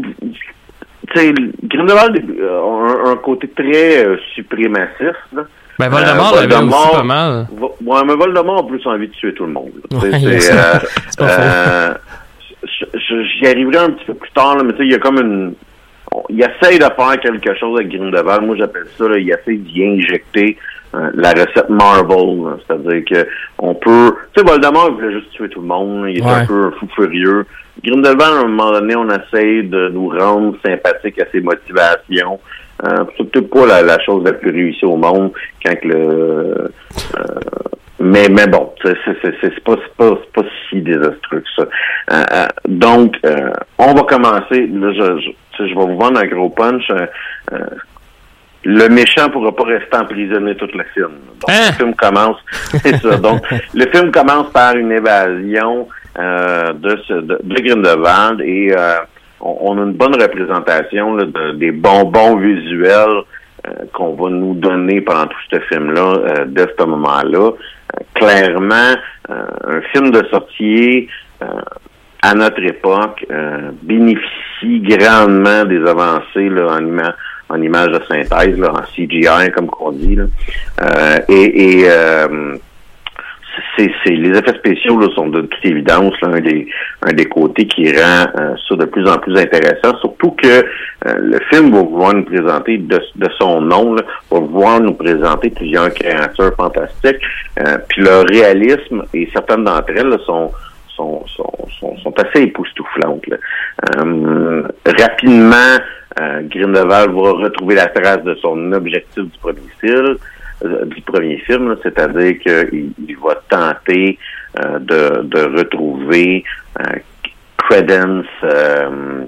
tu sais, Grindelwald a un, un côté très euh, suprémaciste. Là. Ben Voldemort euh, l'avait aussi pas mal. Vo- ouais, mais Voldemort a plus envie de tuer tout le monde. Ouais, c'est, c'est, euh, c'est pas euh, faux. J'y arriverai un petit peu plus tard, là, mais tu sais, il y a comme une... Il essaye de faire quelque chose avec Grindelwald. Moi, j'appelle ça, là, il essaye d'y injecter euh, la recette Marvel. Là. C'est-à-dire que on peut... Tu sais, Voldemort, il voulait juste tuer tout le monde. Il était ouais. un peu un fou furieux. Grindelwald, à un moment donné, on essaye de nous rendre sympathiques à ses motivations. Euh, c'est peut-être pas la, la chose la plus réussie au monde quand que le... Euh, mais mais bon, c'est, c'est, c'est, c'est, pas, c'est, pas, c'est pas si désastreux que ça. Euh, euh, donc, euh, on va commencer. Là, je, je, je vais vous vendre un gros punch. Euh, euh, le méchant pourra pas rester emprisonné tout le film. Donc, hein? le film commence... C'est ça. Donc, le film commence par une évasion euh, de, ce, de, de Grindelwald et... Euh, on a une bonne représentation là, de, des bonbons visuels euh, qu'on va nous donner pendant tout ce film-là, euh, de ce moment-là. Euh, clairement, euh, un film de sortie euh, à notre époque euh, bénéficie grandement des avancées là, en, ima- en images de synthèse, là, en C G I, comme qu'on dit. Là. Euh, et... et euh, C'est, c'est, les effets spéciaux là, sont de toute évidence là, un, des, un des côtés qui rend euh, ça de plus en plus intéressant, surtout que euh, le film va vouloir nous présenter, de, de son nom, là, va vouloir nous présenter plusieurs créatures fantastiques, euh, puis leur réalisme, et certaines d'entre elles là, sont, sont, sont, sont, sont assez époustouflantes. Là. Euh, rapidement, euh, Grindelwald va retrouver la trace de son objectif du premier film, du premier film, là, c'est-à-dire qu'il il va tenter euh, de, de retrouver euh, Credence euh,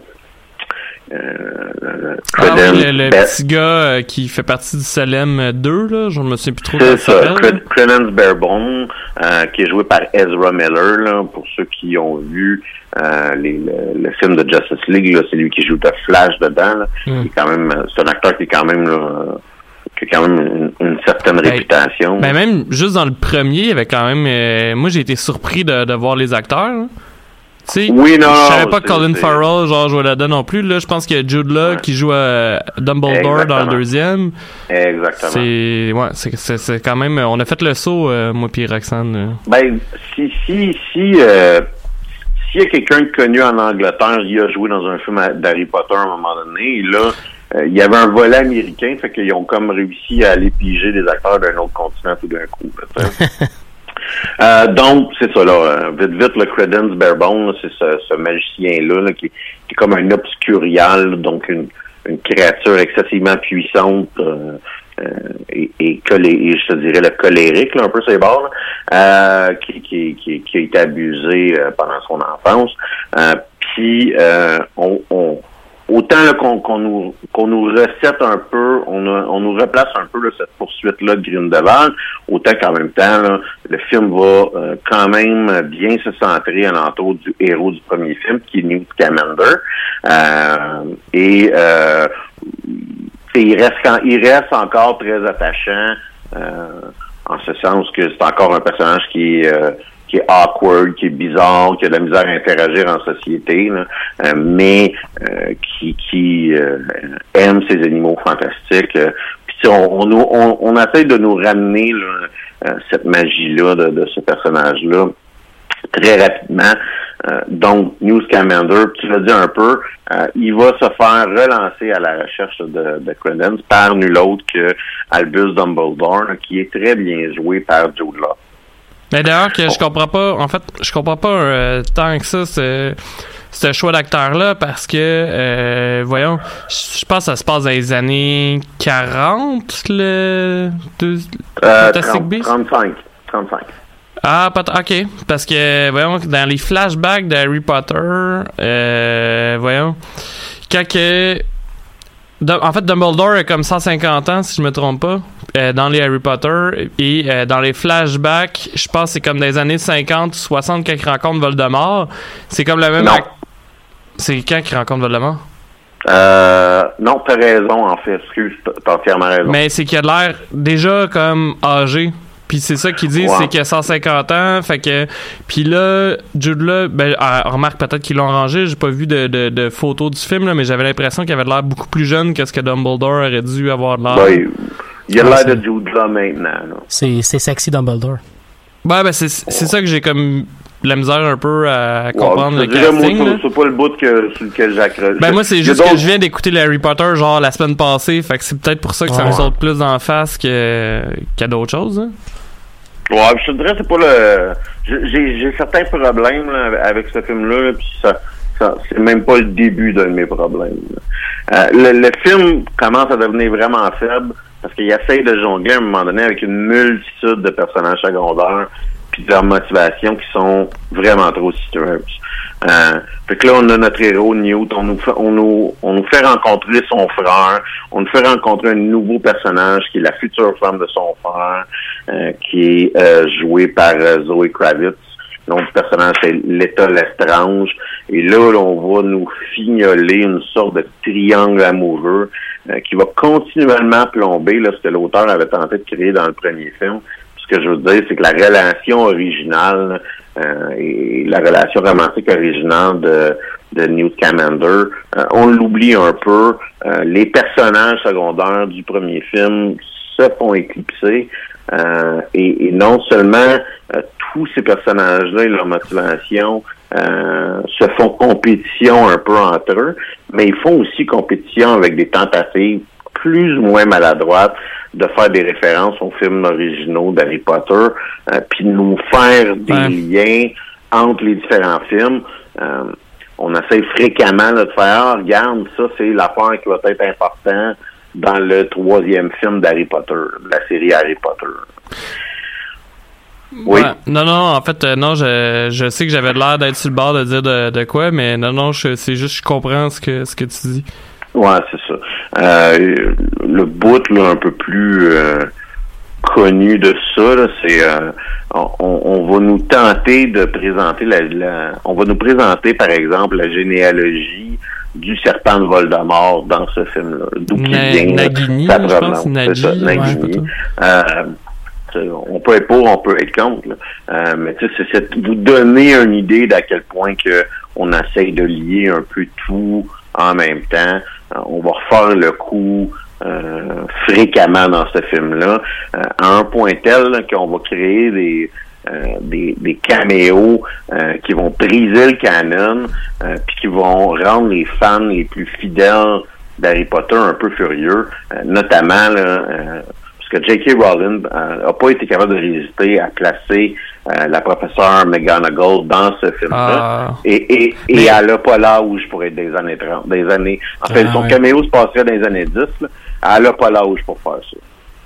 euh, ah oui, le, le petit gars euh, qui fait partie du Salem deux, là, je me souviens plus trop. C'est ça, Cred- Credence Barebone, euh, qui est joué par Ezra Miller, là, pour ceux qui ont vu euh, les, le, le film de Justice League, là, c'est lui qui joue The Flash dedans. Là. Mm. Il est quand même, c'est un acteur qui est quand même là, qui a quand même une, une certaine ben, réputation. Ben même juste dans le premier, il y avait quand même. Euh, moi, j'ai été surpris de, de voir les acteurs. Tu sais, oui, non, je savais pas que Colin c'est... Farrell genre jouait là-dedans non plus. Là, je pense qu'il y a Jude Law ouais. qui joue à Dumbledore Exactement. Dans le deuxième. Exactement. C'est ouais, c'est, c'est, c'est quand même. On a fait le saut, euh, moi puis Roxane. Euh. Ben si si si. Euh... S'il y a quelqu'un de connu en Angleterre, il a joué dans un film d'Harry Potter à un moment donné, et là, euh, il y avait un volet américain, fait qu'ils ont comme réussi à aller piger des acteurs d'un autre continent tout d'un coup. euh, donc, c'est ça, là, euh, vite, vite, le Credence Barebone, là, c'est ce, ce magicien-là, là, qui, qui est comme un obscurial, donc une, une créature excessivement puissante, euh, Euh, et, et, colé, et je te dirais le colérique, là, un peu ses bords, là, euh, qui, qui, qui, qui a été abusé euh, pendant son enfance. Euh, Puis euh, on, on autant là, qu'on, qu'on nous qu'on nous recette un peu, on, a, on nous replace un peu là, cette poursuite-là de Grindelwald, autant qu'en même temps, là, le film va euh, quand même bien se centrer alentour du héros du premier film, qui est Newt Scamander. Euh, et euh, Il reste, il reste encore très attachant, euh, en ce sens que c'est encore un personnage qui est, euh, qui est awkward, qui est bizarre, qui a de la misère à interagir en société, là, euh, mais euh, qui, qui euh, aime ces animaux fantastiques. Euh, puis on, on, on, on essaie de nous ramener là, euh, cette magie-là de, de ce personnage-là très rapidement. Euh, donc, Newt Scamander, tu l'as dit un peu, euh, il va se faire relancer à la recherche de, de Credence par nul autre que Albus Dumbledore, là, qui est très bien joué par Jude Law. Mais d'ailleurs, que je comprends pas, en fait, je comprends pas euh, tant que ça, ce, ce choix d'acteur-là, parce que, euh, voyons, je pense que ça se passe dans les années quarante, le... De, euh, Fantastic Beasts? trente-cinq. trente-cinq. Ah, pas t- ok. Parce que, voyons, dans les flashbacks d'Harry Potter, euh, voyons, quand que... En fait, Dumbledore a comme cent cinquante ans, si je me trompe pas, euh, dans les Harry Potter. Et euh, dans les flashbacks, je pense que c'est comme des années cinquante, soixante quand il rencontre Voldemort. C'est comme le même... Non. Ac- c'est quand qu'il rencontre Voldemort? Euh, non, t'as raison, en fait. Excuse, t'as entièrement raison. Mais c'est qu'il a l'air déjà comme âgé. Puis c'est ça qu'ils disent, Ouais. c'est qu'il a cent cinquante ans, fait que... Puis là, Jude là, ben, ah, remarque peut-être qu'ils l'ont rangé, j'ai pas vu de, de, de photos du film, là, mais j'avais l'impression qu'il avait l'air beaucoup plus jeune que ce que Dumbledore aurait dû avoir l'air. Ben, il a Ouais, l'air c'est- de Jude là maintenant. Là. C'est, c'est sexy Dumbledore. Ouais, ben c'est, c'est ça que j'ai comme la misère un peu à comprendre Ouais, le je dirais, casting. moi, là. c'est- c'est pas le bout que, sur lequel j'accroche. Ben moi, c'est Il y a juste que d'autres- je viens d'écouter le Harry Potter, genre, la semaine passée, fait que c'est peut-être pour ça que ça me Ouais. saute plus en face que, qu'il y a d'autres choses, hein. Ouais, je te dirais, c'est pas le... J'ai, j'ai j'ai certains problèmes là, avec ce film-là, puis ça, ça, c'est même pas le début d'un de mes problèmes. là. Euh, le, le film commence à devenir vraiment faible parce qu'il essaye de jongler à un moment donné avec une multitude de personnages secondaires puis de leurs motivations qui sont vraiment trop situeuses. Euh, fait que là, on a notre héros, Newt, on nous fait, on nous, on nous fait rencontrer son frère, on nous fait rencontrer un nouveau personnage qui est la future femme de son frère, euh, qui est euh, joué par euh, Zoe Kravitz. L'autre personnage, c'est Letta Lestrange. Et là, là, on va nous fignoler une sorte de triangle amoureux euh, qui va continuellement plomber là, ce que l'auteur avait tenté de créer dans le premier film. Ce que je veux dire, c'est que la relation originale euh, et la relation romantique originale de, de Newt Scamander, euh, on l'oublie un peu. Euh, les personnages secondaires du premier film se font éclipser. Euh, et, et non seulement euh, tous ces personnages-là et leur motivation euh, se font compétition un peu entre eux, mais ils font aussi compétition avec des tentatives plus ou moins maladroites de faire des références aux films originaux d'Harry Potter, euh, puis de nous faire des Ouais. liens entre les différents films. Euh, on essaie fréquemment là, de faire ah, regarde, ça c'est l'affaire qui va être importante dans le troisième film d'Harry Potter, de la série Harry Potter. Oui. Ouais. Non, non, en fait, euh, non, je, je sais que j'avais l'air d'être sur le bord de dire de, de quoi, mais non, non, je, c'est juste, je comprends ce que, ce que tu dis. Ouais, c'est ça. Euh, le bout là, un peu plus euh, connu de ça, là, c'est euh, on, on va nous tenter de présenter la, la on va nous présenter par exemple la généalogie du serpent de Voldemort dans ce film-là. D'où qu'il Na- vient Nagini, sa je provenance. pense, C'est Nagi, ça, ouais, Nagini. Euh, on peut être pour, on peut être contre. Là. Euh, mais tu sais, c'est, c'est vous donner une idée d'à quel point que on essaye de lier un peu tout en même temps. Euh, on va refaire le coup euh, fréquemment dans ce film-là, euh, à un point tel là, qu'on va créer des euh, des, des caméos euh, qui vont briser le canon, euh, puis qui vont rendre les fans les plus fidèles d'Harry Potter un peu furieux, euh, notamment là, euh, parce que J K. Rowling euh, a pas été capable de résister à placer euh, la professeure McGonagall dans ce film-là. Ah. Et, et, et Mais- elle a pas l'âge pour être des années trente, des années... En fait, Ah, son ouais. caméo se passerait dans les années dix, là. Elle a pas l'âge pour faire ça.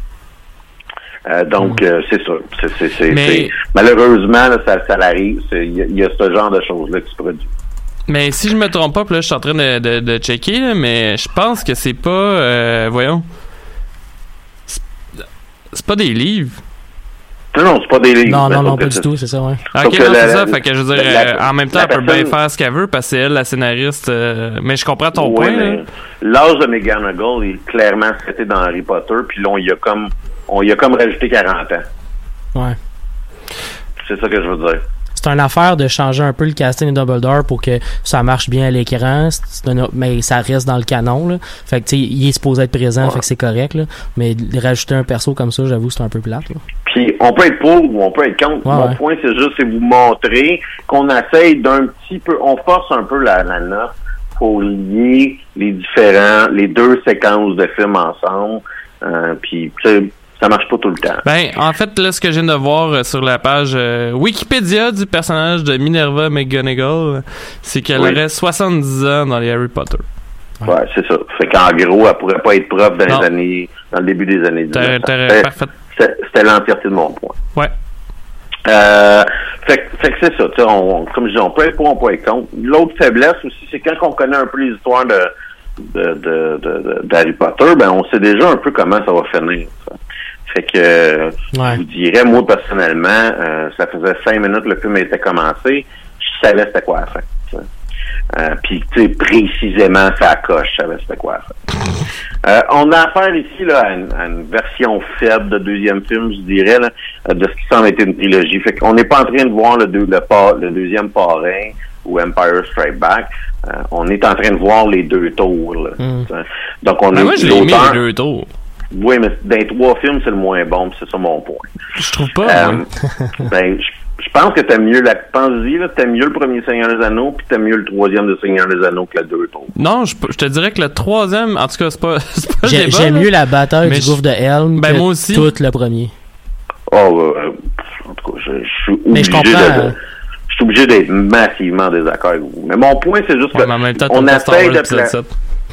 Euh, donc, euh, c'est ça. C'est, c'est, c'est, Mais- c'est- malheureusement, là, ça, ça l'arrive. C'est- Il y, a- il y a ce genre de choses-là qui se produisent. Mais si je me trompe pas, puis là, je suis en train de, de, de checker, là, mais je pense que c'est pas, euh, voyons, c'est, c'est pas des livres. Non, non, c'est pas des livres. Non, mais non, non, sauf pas que du c'est- tout, c'est ça, ouais. Ok, Sauf que non, la- c'est ça. la- Fait que je veux dire, la- euh, en même temps, la elle peut bien personne- faire ce qu'elle veut parce que c'est elle, la scénariste. euh, mais je comprends ton Ouais, point. mais là. l'âge de McGonagall est clairement traité dans Harry Potter, puis là, on y a comme, on y a comme rajouté quarante ans. Ouais. C'est ça que je veux dire. C'est une affaire de changer un peu le casting de Dumbledore pour que ça marche bien à l'écran, c'est une- mais ça reste dans le canon, là. Fait que, tu sais, il est supposé être présent, Ouais. fait que c'est correct, là. Mais de rajouter un perso comme ça, j'avoue, c'est un peu plate, là. Puis on peut être pour ou on peut être contre. Ouais, Mon ouais. point, c'est juste, c'est vous montrer qu'on essaye d'un petit peu, on force un peu la, la note pour lier les différents, les deux séquences de films ensemble. Euh, puis, tu sais, ça marche pas tout le temps. Ben, en fait, là, ce que je viens de voir euh, sur la page euh, Wikipédia du personnage de Minerva McGonagall, c'est qu'elle Oui. aurait soixante-dix ans dans les Harry Potter. Ouais, c'est ça. Fait qu'en gros, elle pourrait pas être prof dans Non. les années, dans le début des années T'as- dix-neuf cents. t'aurais C'était- parfait. C'était c'était l'entièreté de mon point. Ouais. Euh, fait, que- fait que c'est ça, tu sais, on, comme je dis, on peut être pour, on peut être contre. L'autre faiblesse aussi, c'est quand on connaît un peu les histoires de, de, de, de, de- d'Harry Potter, ben on sait déjà un peu comment ça va finir. Ça. Fait que euh, Ouais. je vous dirais, moi personnellement, euh, ça faisait cinq minutes le film était commencé, je savais c'était quoi la fin. tu sais. Euh, Puis tu sais, précisément ça coche, je savais c'était quoi la fin. Euh, on a affaire ici là, à, une, à une version faible de deuxième film, je dirais, là, de ce qui semble être une trilogie. Fait qu'on n'est pas en train de voir le, deux, le, par, le deuxième parrain ou Empire Strike Back. Euh, on est en train de voir les deux tours. Là. Mm. Donc on Ben a moi, je l'ai aimé l'auteur. les deux tours. Oui, mais dans les trois films, c'est le moins bon, pis c'est ça mon point. Je trouve pas. Euh, moi. ben, je je pense que t'aimes mieux la. Pense-y, là, t'aimes mieux le premier Seigneur des Anneaux, puis t'aimes mieux le troisième de Seigneur des Anneaux que le deux tours. Non, je, je te dirais que le troisième, en tout cas, c'est pas, c'est pas le J'ai- débat, J'aime là. mieux la bataille Mais du je- gouffre de Helm Ben, que moi aussi. tout le premier. Oh, euh, en tout cas, je, je suis obligé Mais je comprends, de. hein. Je suis obligé d'être massivement désaccord avec vous. Mais mon point, c'est juste Ouais, que mais en même temps, on t'aimes pas Star essaie Wars de épisode pla- sept.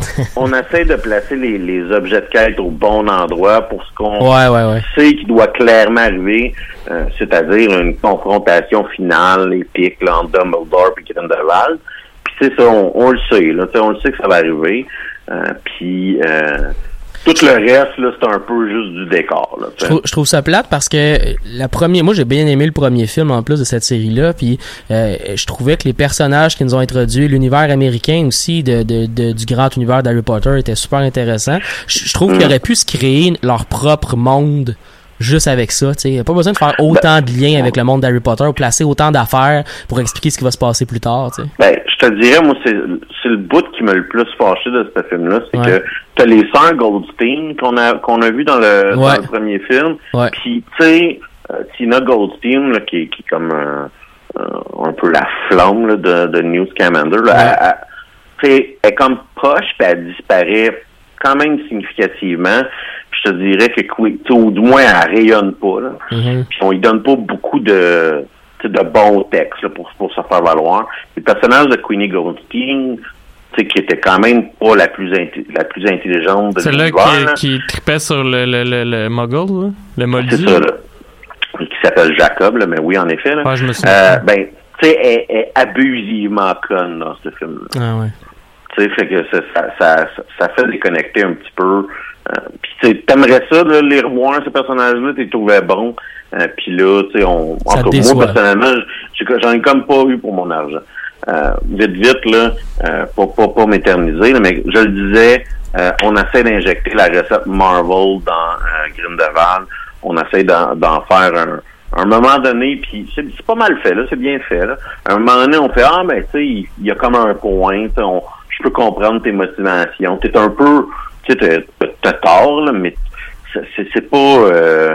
on essaie de placer les, les objets de quête au bon endroit pour ce qu'on Ouais, ouais, ouais. sait qui doit clairement arriver, euh, c'est-à-dire une confrontation finale épique là, entre Dumbledore et Grindelwald. Puis tu sais ça, on, on le sait, là, tu sais, on le sait que ça va arriver. Euh, puis euh, tout le reste, là, c'est un peu juste du décor. Là, tu Je sais. trouve, je trouve ça plate parce que la première, moi j'ai bien aimé le premier film en plus de cette série-là, puis euh, je trouvais que les personnages qui nous ont introduits, l'univers américain aussi de, de, de du grand univers d'Harry Potter était super intéressant. Je, je trouve qu'ils auraient pu se créer leur propre monde juste avec ça, tu sais, y a pas besoin de faire autant de liens avec le monde d'Harry Potter ou placer autant d'affaires pour expliquer ce qui va se passer plus tard, tu sais. Ben, je te dirais, moi, c'est, c'est le bout qui m'a le plus fâché de ce film-là, c'est Ouais. que t'as les sœurs Goldstein qu'on a qu'on a vu dans le, dans Ouais. le premier film. Ouais. Puis, tu sais, euh, Tina Goldstein, là, qui, qui est comme un, un, un peu la flamme là, de, de Newt Scamander, là, Ouais. elle, elle- tu sais, elle est comme poche, puis elle disparaît quand même significativement. Puis je te dirais que, tu sais, ou du moins, elle rayonne pas, là. Mhm. Puis on lui donne pas beaucoup de, tu sais, de bons textes là, pour, pour se faire valoir. Le personnage de Queenie Goldstein, tu sais, qui était quand même pas la plus inti- la plus intelligente de Celle-là l'univers, là. qui, qui tripait sur le, le, le, le Muggle, là, le Moldu. C'est ça, là. Qui s'appelle Jacob, là, mais oui, en effet, là. Ah, je me souviens. Euh, ben, tu sais, elle elle est abusivement conne dans ce film-là. Ah ouais. Tu sais, fait que ça, ça, ça, ça fait déconnecter un petit peu. Euh, puis tu sais, t'aimerais ça, là, les revoir, ces personnages-là, t'es trouvé bon. Euh, puis là, tu sais, on, en Ça tout te cas, moi, déçoit. personnellement, j'ai- j'en ai comme pas eu pour mon argent. Euh, vite, vite, là, euh, pas, pas, pas m'éterniser, là, mais je le disais, euh, on essaie d'injecter la recette Marvel dans euh, Grindelwald. On essaie d'en, d'en faire un, un moment donné, puis c'est, c'est pas mal fait, là, c'est bien fait, là. À un moment donné, on fait, ah, ben, tu sais, il y, y a comme un point, tu sais, on- je peux comprendre tes motivations. T'es un peu, tu sais, t'as, t'as tort, là, mais c'est, c'est, c'est pas... Euh,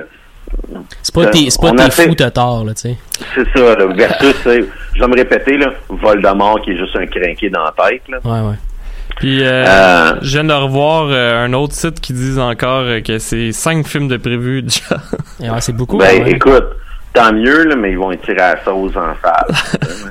C'est pas tes, c'est pas on tes a fait- fous de tort, là, tu sais. c'est ça, là, versus, tu sais, je vais me répéter, là, Voldemort qui est juste un crinqué dans la tête, là. Ouais, ouais. Puis, euh, Euh, je viens de revoir euh, un autre site qui dit encore euh, que c'est cinq films de prévus déjà. Et ouais, c'est beaucoup. Ben, quand même. écoute, tant mieux, là, mais ils vont étirer la sauce en salle.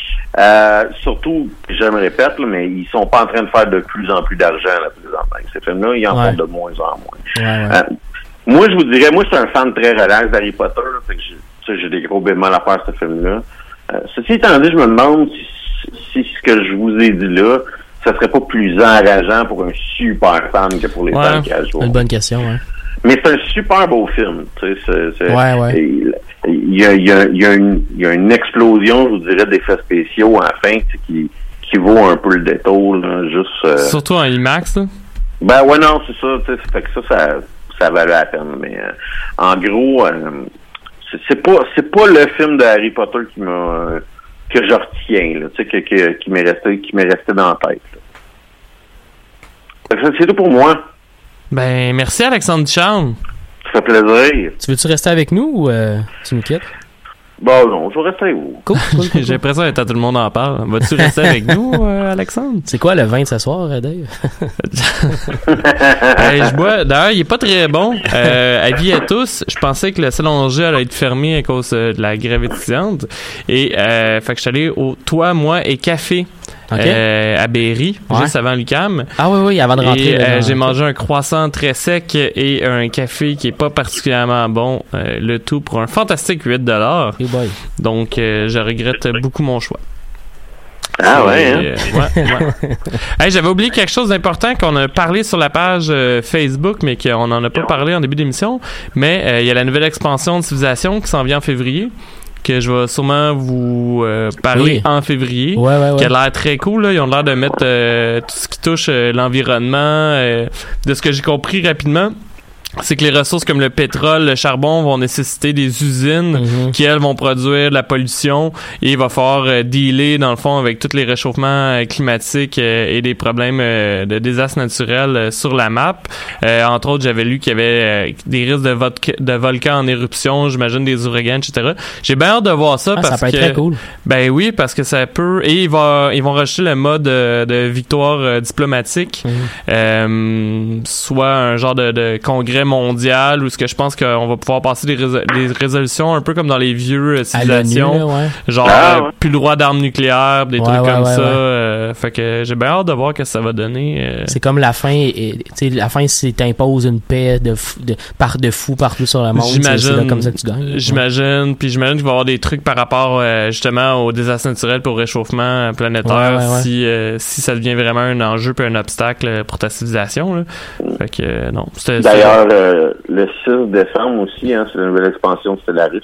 euh, surtout, je me répète, là, mais ils sont pas en train de faire de plus en plus d'argent, là, présentement. Avec ces films-là, ils en Ouais. font de moins en moins. Ouais, ouais. Euh, moi, je vous dirais, moi, je suis un fan très relax d'Harry Potter, là, fait que j'ai, tu sais, j'ai des gros bémols à faire ce film-là. Euh, ceci étant dit, je me demande si, si ce que je vous ai dit là, ça serait pas plus enrageant pour un super fan que pour les Ouais. fans casual. Une bonne question, hein. Mais c'est un super beau film, tu sais, c'est, c'est- Ouais, ouais. il il y a, il y a, il y a une, il y a une explosion, je vous dirais, d'effets spéciaux à la fin, tu sais, qui, qui vaut un peu le détour, là, juste... euh, Surtout en IMAX, là. ben ouais, non, c'est ça, tu sais, fait que ça, ça, ça valait la peine, mais euh, en gros, euh, c'est, c'est pas c'est pas le film de Harry Potter qui m'a euh, que je retiens, là, tu sais, que, que, qui m'est resté qui m'est resté dans la tête. Là. Fait que ça, c'est tout pour moi. Ben, merci Alexandre Ducharme. Ça fait plaisir. Tu veux-tu rester avec nous ou euh, tu nous quittes? Bon, non, je vais rester où? Cool, cool, cool. J'ai l'impression que tout le monde en parle. Vas-tu rester avec nous, euh, Alexandre? C'est quoi le vin de ce soir, Dave? hey, je bois. D'ailleurs, il est pas très bon. Euh, avis à tous, je pensais que le salon G allait être fermé à cause euh, de la grève étudiante. Et, euh, fait que je suis allé au Toi, Moi et Café. Okay. Euh, à Berry, ouais. juste avant l'U Q A M. Ah oui, oui, avant de rentrer. Et, là, euh, j'ai mangé un croissant très sec et un café qui est pas particulièrement bon. Euh, le tout pour un fantastique huit dollars. Hey boy. Donc, euh, je regrette beaucoup mon choix. Ah ouais, hein? euh, ouais, ouais. Hey, j'avais oublié quelque chose d'important qu'on a parlé sur la page euh, Facebook, mais qu'on n'en a pas parlé en début d'émission. Mais il euh, y a la nouvelle expansion de Civilisation qui s'en vient en février, que je vais sûrement vous euh, parler oui. en février, ouais, ouais, ouais. qui a l'air très cool. Là. Ils ont l'air de mettre euh, tout ce qui touche euh, l'environnement. Euh, de ce que j'ai compris rapidement, c'est que les ressources comme le pétrole, le charbon vont nécessiter des usines mm-hmm. qui, elles, vont produire de la pollution et il va falloir euh, dealer, dans le fond, avec tous les réchauffements euh, climatiques euh, et des problèmes euh, de désastres naturels euh, sur la map. Euh, entre autres, j'avais lu qu'il y avait euh, des risques de, vodka, de volcans en éruption, j'imagine des ouragans, et cetera. J'ai bien hâte de voir ça ah, parce ça peut que... être très cool. Ben oui, parce que ça peut... Et ils vont, ils vont rajouter le mode euh, de victoire euh, diplomatique, mm-hmm. euh, soit un genre de, de congrès mondial où ce que je pense qu'on va pouvoir passer des, rés- des résolutions un peu comme dans les vieux euh, civilisations, là, ouais. genre ah, ouais. euh, plus le droit d'armes nucléaires, des ouais, trucs ouais, comme ouais, ça. ouais. Euh, fait que j'ai bien hâte de voir ce que ça va donner. Euh. C'est comme la fin, tu sais, la fin c'est t'imposes une paix de fou, de par de fou partout sur le monde. J'imagine, c'est, c'est là comme ça que tu gagnes. J'imagine, ouais. Puis j'imagine qu'il va y avoir des trucs par rapport euh, justement au désastre naturel pour au réchauffement planétaire, ouais, ouais, ouais. si euh, si ça devient vraiment un enjeu puis un obstacle pour ta civilisation. Là. Fait que euh, non. C'était, D'ailleurs, euh, le six décembre aussi, hein, c'est la nouvelle expansion de Stellaris.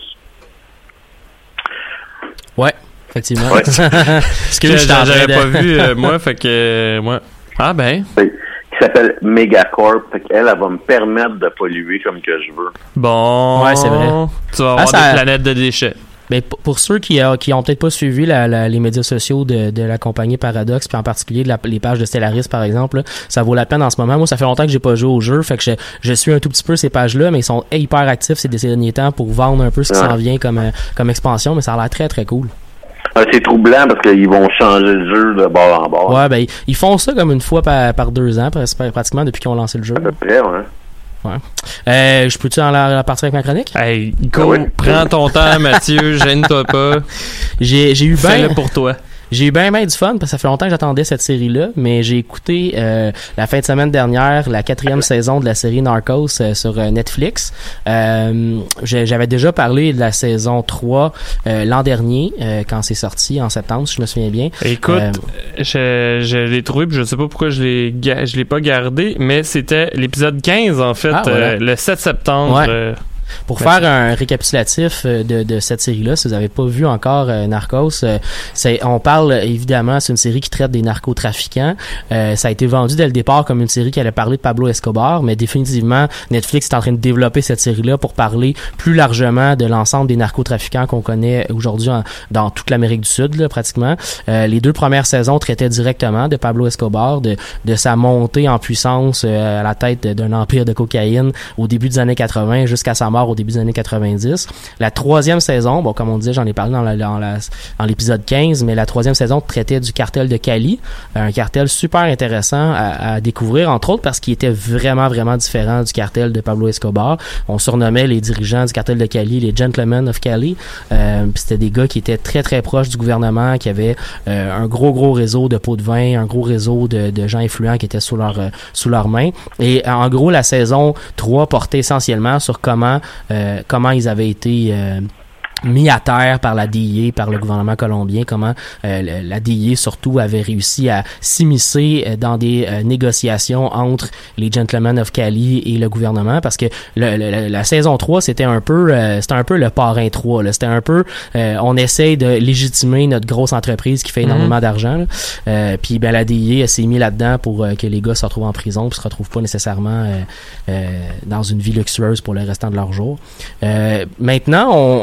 Ouais, effectivement. Ouais. Parce que là, je j'avais de... pas vu euh, moi, fait que euh, moi. Ah ben. C'est, qui s'appelle Megacorp, fait qu'elle, elle va me permettre de polluer comme que je veux. Bon. Ouais, c'est vrai. Tu vas avoir ah, ça... des planètes de déchets. Ben, pour ceux qui, euh, qui ont peut-être pas suivi la, la, les médias sociaux de, de la compagnie Paradox, puis en particulier de la, les pages de Stellaris par exemple, là, ça vaut la peine en ce moment. Moi, ça fait longtemps que j'ai pas joué au jeu, fait que je, je suis un tout petit peu ces pages-là, mais ils sont hyper actifs ces derniers temps pour vendre un peu ce qui ouais. s'en vient comme, comme expansion, mais ça a l'air très très cool. Ah, c'est troublant parce qu'ils vont changer le jeu de bord en bord. Ouais, ben ils font ça comme une fois par, par deux ans, pratiquement depuis qu'ils ont lancé le jeu. À peu près, ouais. Ouais. Euh, je peux-tu en la, la partir avec ma chronique? Hey, go, oui. Prends ton temps, Mathieu, gêne-toi pas. J'ai, j'ai eu bien... Fais-le pour toi. J'ai eu bien bien du fun parce que ça fait longtemps que j'attendais cette série-là, mais j'ai écouté euh, la fin de semaine dernière la quatrième saison de la série Narcos euh, sur euh, Netflix. Euh, j'avais déjà parlé de la saison trois euh, l'an dernier euh, quand c'est sorti en septembre, si je me souviens bien. Écoute, euh, je, je l'ai trouvé, puis je sais pas pourquoi je l'ai ga- je l'ai pas gardé, mais c'était l'épisode quinze en fait, ah, voilà. euh, le sept septembre. Ouais. Euh, Pour faire un récapitulatif de, de cette série-là, si vous n'avez pas vu encore euh, Narcos, euh, c'est, on parle évidemment, c'est une série qui traite des narcotrafiquants. Euh, ça a été vendu dès le départ comme une série qui allait parler de Pablo Escobar, mais définitivement, Netflix est en train de développer cette série-là pour parler plus largement de l'ensemble des narcotrafiquants qu'on connaît aujourd'hui en, dans toute l'Amérique du Sud, là, pratiquement. Euh, les deux premières saisons traitaient directement de Pablo Escobar, de, de sa montée en puissance euh, à la tête d'un empire de cocaïne au début des années quatre-vingts jusqu'à sa mort au début des années quatre-vingt-dix. La troisième saison, bon, comme on disait, j'en ai parlé dans, la, dans, la, dans l'épisode quinze, mais la troisième saison traitait du cartel de Cali, un cartel super intéressant à, à découvrir, entre autres parce qu'il était vraiment, vraiment différent du cartel de Pablo Escobar. On surnommait les dirigeants du cartel de Cali les Gentlemen of Cali. Euh, puis c'était des gars qui étaient très, très proches du gouvernement, qui avaient euh, un gros, gros réseau de pots de vin, un gros réseau de, de gens influents qui étaient sous leur, euh, sous leurs mains. Et en gros, la saison trois portait essentiellement sur comment Euh, comment ils avaient été euh, mis à terre par la D I A, par le gouvernement colombien, comment euh, la D I A surtout avait réussi à s'immiscer dans des euh, négociations entre les Gentlemen of Cali et le gouvernement, parce que le, le, la saison trois, c'était un peu euh, c'était un peu le parrain trois, là. C'était un peu euh, on essaye de légitimer notre grosse entreprise qui fait énormément mm-hmm. d'argent, là. Euh, puis ben la D I A s'est mis là-dedans pour euh, que les gars se retrouvent en prison puis se retrouvent pas nécessairement euh, euh, dans une vie luxueuse pour le restant de leur jour. Euh, maintenant, on, on, pour la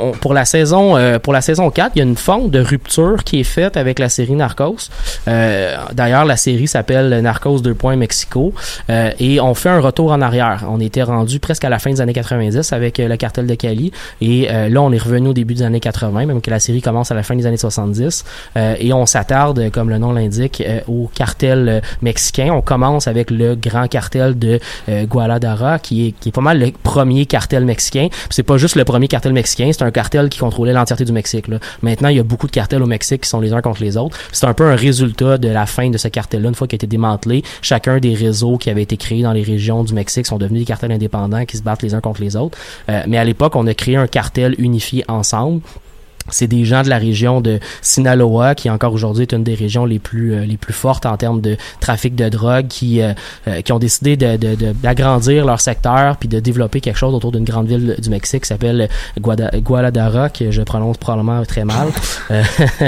la saison euh, pour la saison quatre, il y a une forme de rupture qui est faite avec la série Narcos. Euh, d'ailleurs, la série s'appelle Narcos deux points Mexico euh, et on fait un retour en arrière. On était rendu presque à la fin des années quatre-vingt-dix avec euh, le cartel de Cali et euh, là, on est revenu au début des années quatre-vingts, même que la série commence à la fin des années soixante-dix euh, et on s'attarde, comme le nom l'indique, euh, au cartel euh, mexicain. On commence avec le grand cartel de euh, Guadalajara qui est, qui est pas mal le premier cartel mexicain. Puis c'est pas juste le premier cartel mexicain, c'est un cartel qui contrôlait l'entièreté du Mexique. Là. Maintenant, il y a beaucoup de cartels au Mexique qui sont les uns contre les autres. C'est un peu un résultat de la fin de ce cartel-là, une fois qu'il a été démantelé. Chacun des réseaux qui avaient été créés dans les régions du Mexique sont devenus des cartels indépendants qui se battent les uns contre les autres. Euh, mais à l'époque, on a créé un cartel unifié ensemble. C'est des gens de la région de Sinaloa, qui encore aujourd'hui est une des régions les plus euh, les plus fortes en termes de trafic de drogue, qui euh, euh, qui ont décidé de, de, de d'agrandir leur secteur puis de développer quelque chose autour d'une grande ville du Mexique qui s'appelle Guada, Guadalajara, que je prononce probablement très mal. Euh,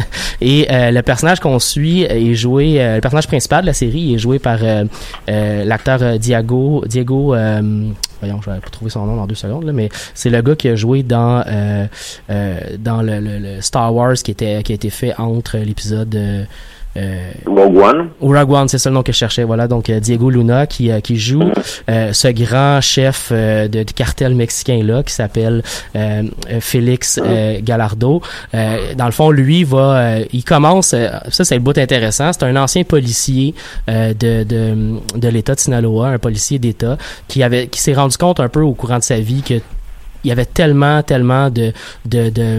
et euh, le personnage qu'on suit est joué, euh, le personnage principal de la série est joué par euh, euh, l'acteur euh, Diego Diego. Euh, voyons, je vais pas trouver son nom dans deux secondes là, mais c'est le gars qui a joué dans euh, euh, dans le Le, le Star Wars qui était qui a été fait entre l'épisode euh, euh, Rogue One. Rogue One, c'est ça le nom que je cherchais. Voilà, donc euh, Diego Luna qui euh, qui joue euh, ce grand chef euh, de, de cartel mexicain là qui s'appelle euh, Félix euh, Gallardo. Euh, dans le fond, lui va, euh, il commence. Euh, ça, c'est le bout intéressant. C'est un ancien policier euh, de de de l'État de Sinaloa, un policier d'État qui avait qui s'est rendu compte un peu au courant de sa vie que il y avait tellement, tellement de, de, de,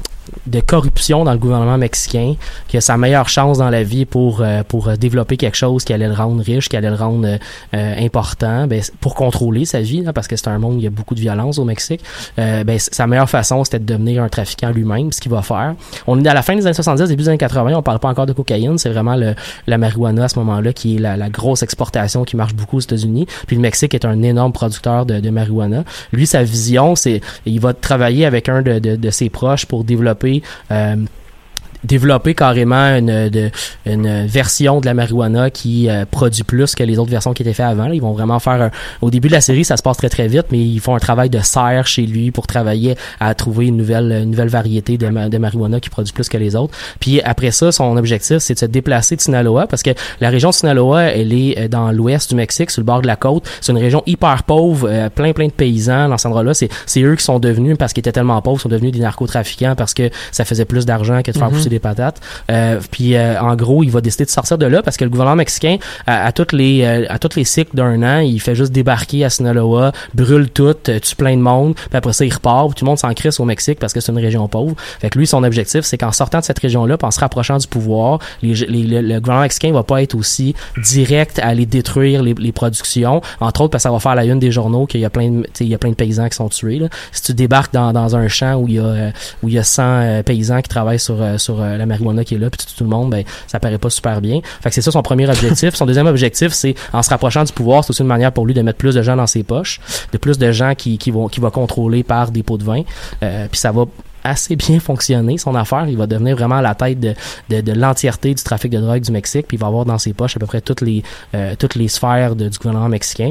de corruption dans le gouvernement mexicain que sa meilleure chance dans la vie pour euh, pour développer quelque chose qui allait le rendre riche, qui allait le rendre euh, important, ben pour contrôler sa vie là, parce que c'est un monde où il y a beaucoup de violence au Mexique, euh, ben sa meilleure façon c'était de devenir un trafiquant lui-même, ce qu'il va faire. On est à la fin des années soixante-dix, début des années quatre-vingts, on parle pas encore de cocaïne, c'est vraiment le la marijuana à ce moment-là qui est la, la grosse exportation qui marche beaucoup aux États-Unis. Puis le Mexique est un énorme producteur de, de marijuana. Lui, sa vision, c'est il va travailler avec un de, de, de ses proches pour développer Euh, développer carrément une, de, une version de la marijuana qui euh, produit plus que les autres versions qui étaient faites avant. Là. Ils vont vraiment faire un, au début de la série, ça se passe très très vite, mais ils font un travail de serre chez lui pour travailler à trouver une nouvelle une nouvelle variété de, de marijuana qui produit plus que les autres. Puis après ça, son objectif, c'est de se déplacer de Sinaloa parce que la région de Sinaloa, elle est dans l'ouest du Mexique, sur le bord de la côte. C'est une région hyper pauvre, euh, plein plein de paysans dans cet endroit-là. C'est, c'est eux qui sont devenus, parce qu'ils étaient tellement pauvres, sont devenus des narcotrafiquants parce que ça faisait plus d'argent que de faire mm-hmm. pousser des patates. Euh, puis euh, en gros, il va décider de sortir de là parce que le gouvernement mexicain, à, à toutes les euh, à tous les cycles d'un an, il fait juste débarquer à Sinaloa, brûle tout, euh, tue plein de monde, puis après ça il repart, puis tout le monde s'en crisse au Mexique parce que c'est une région pauvre. Fait que lui, son objectif, c'est qu'en sortant de cette région-là, puis en se rapprochant du pouvoir, les, les, le, le gouvernement mexicain va pas être aussi direct à aller détruire les, les productions, entre autres parce que ça va faire la une des journaux qu'il y a plein de il y a plein de paysans qui sont tués là. Si tu débarques dans dans un champ où il y a euh, où il y a cent euh, paysans qui travaillent sur euh, sur euh, la marijuana qui est là, puis tout, tout le monde, ben ça paraît pas super bien. Fait que c'est ça son premier objectif. Son deuxième objectif, c'est en se rapprochant du pouvoir, c'est aussi une manière pour lui de mettre plus de gens dans ses poches, de plus de gens qui qui vont qui va contrôler par des pots de vin. Euh, puis ça va assez bien fonctionner son affaire. Il va devenir vraiment à la tête de, de, de l'entièreté du trafic de drogue du Mexique, puis il va avoir dans ses poches à peu près toutes les euh, toutes les sphères de, du gouvernement mexicain.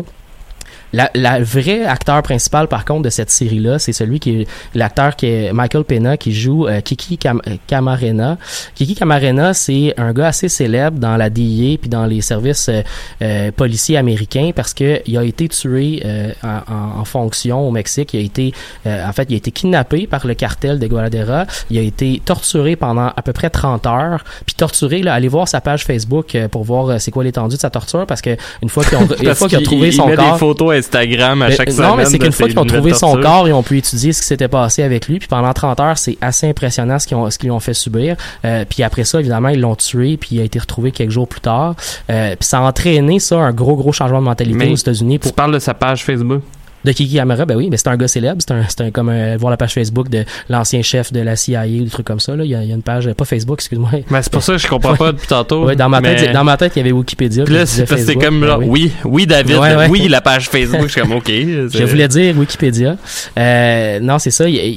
La, la vraie acteur principal, par contre, de cette série-là, c'est celui qui est l'acteur qui est Michael Pena, qui joue euh, Kiki Cam- Camarena. Kiki Camarena, c'est un gars assez célèbre dans la D I A puis dans les services euh, euh, policiers américains parce que il a été tué euh, en, en, en fonction au Mexique. Il a été, euh, en fait, il a été kidnappé par le cartel de Guadalajara. Il a été torturé pendant à peu près trente heures. Puis torturé, là, allez voir sa page Facebook euh, pour voir euh, c'est quoi l'étendue de sa torture parce que une fois qu'ils ont, une fois qu'il a trouvé il, son il met corps, des photos Instagram à chaque mais, semaine. Non, mais c'est qu'une fois qu'ils ont trouvé son torture. corps, ils ont pu étudier ce qui s'était passé avec lui. Puis pendant trente heures, c'est assez impressionnant ce qu'ils ont, ce qu'ils lui ont fait subir. Euh, puis après ça, évidemment, ils l'ont tué. Puis il a été retrouvé quelques jours plus tard. Euh, puis ça a entraîné ça un gros gros changement de mentalité mais aux États-Unis. Pour... Tu parles de sa page Facebook. De Kiki Camara, ben oui, mais c'est un gars célèbre, c'est un, c'est un comme euh, voir la page Facebook de l'ancien chef de la C I A ou des trucs comme ça. Là, il y a, il y a une page, pas Facebook, excuse-moi. Mais c'est pour ça que je comprends pas depuis tantôt. Ouais, dans ma mais... tête, dans ma tête, il y avait Wikipédia. Puis là, c'est parce que c'est comme là, ben oui. oui, oui David, ouais, ouais. oui la page Facebook. Je suis comme ok. C'est... Je voulais dire Wikipédia. Euh, non, c'est ça. Il, il,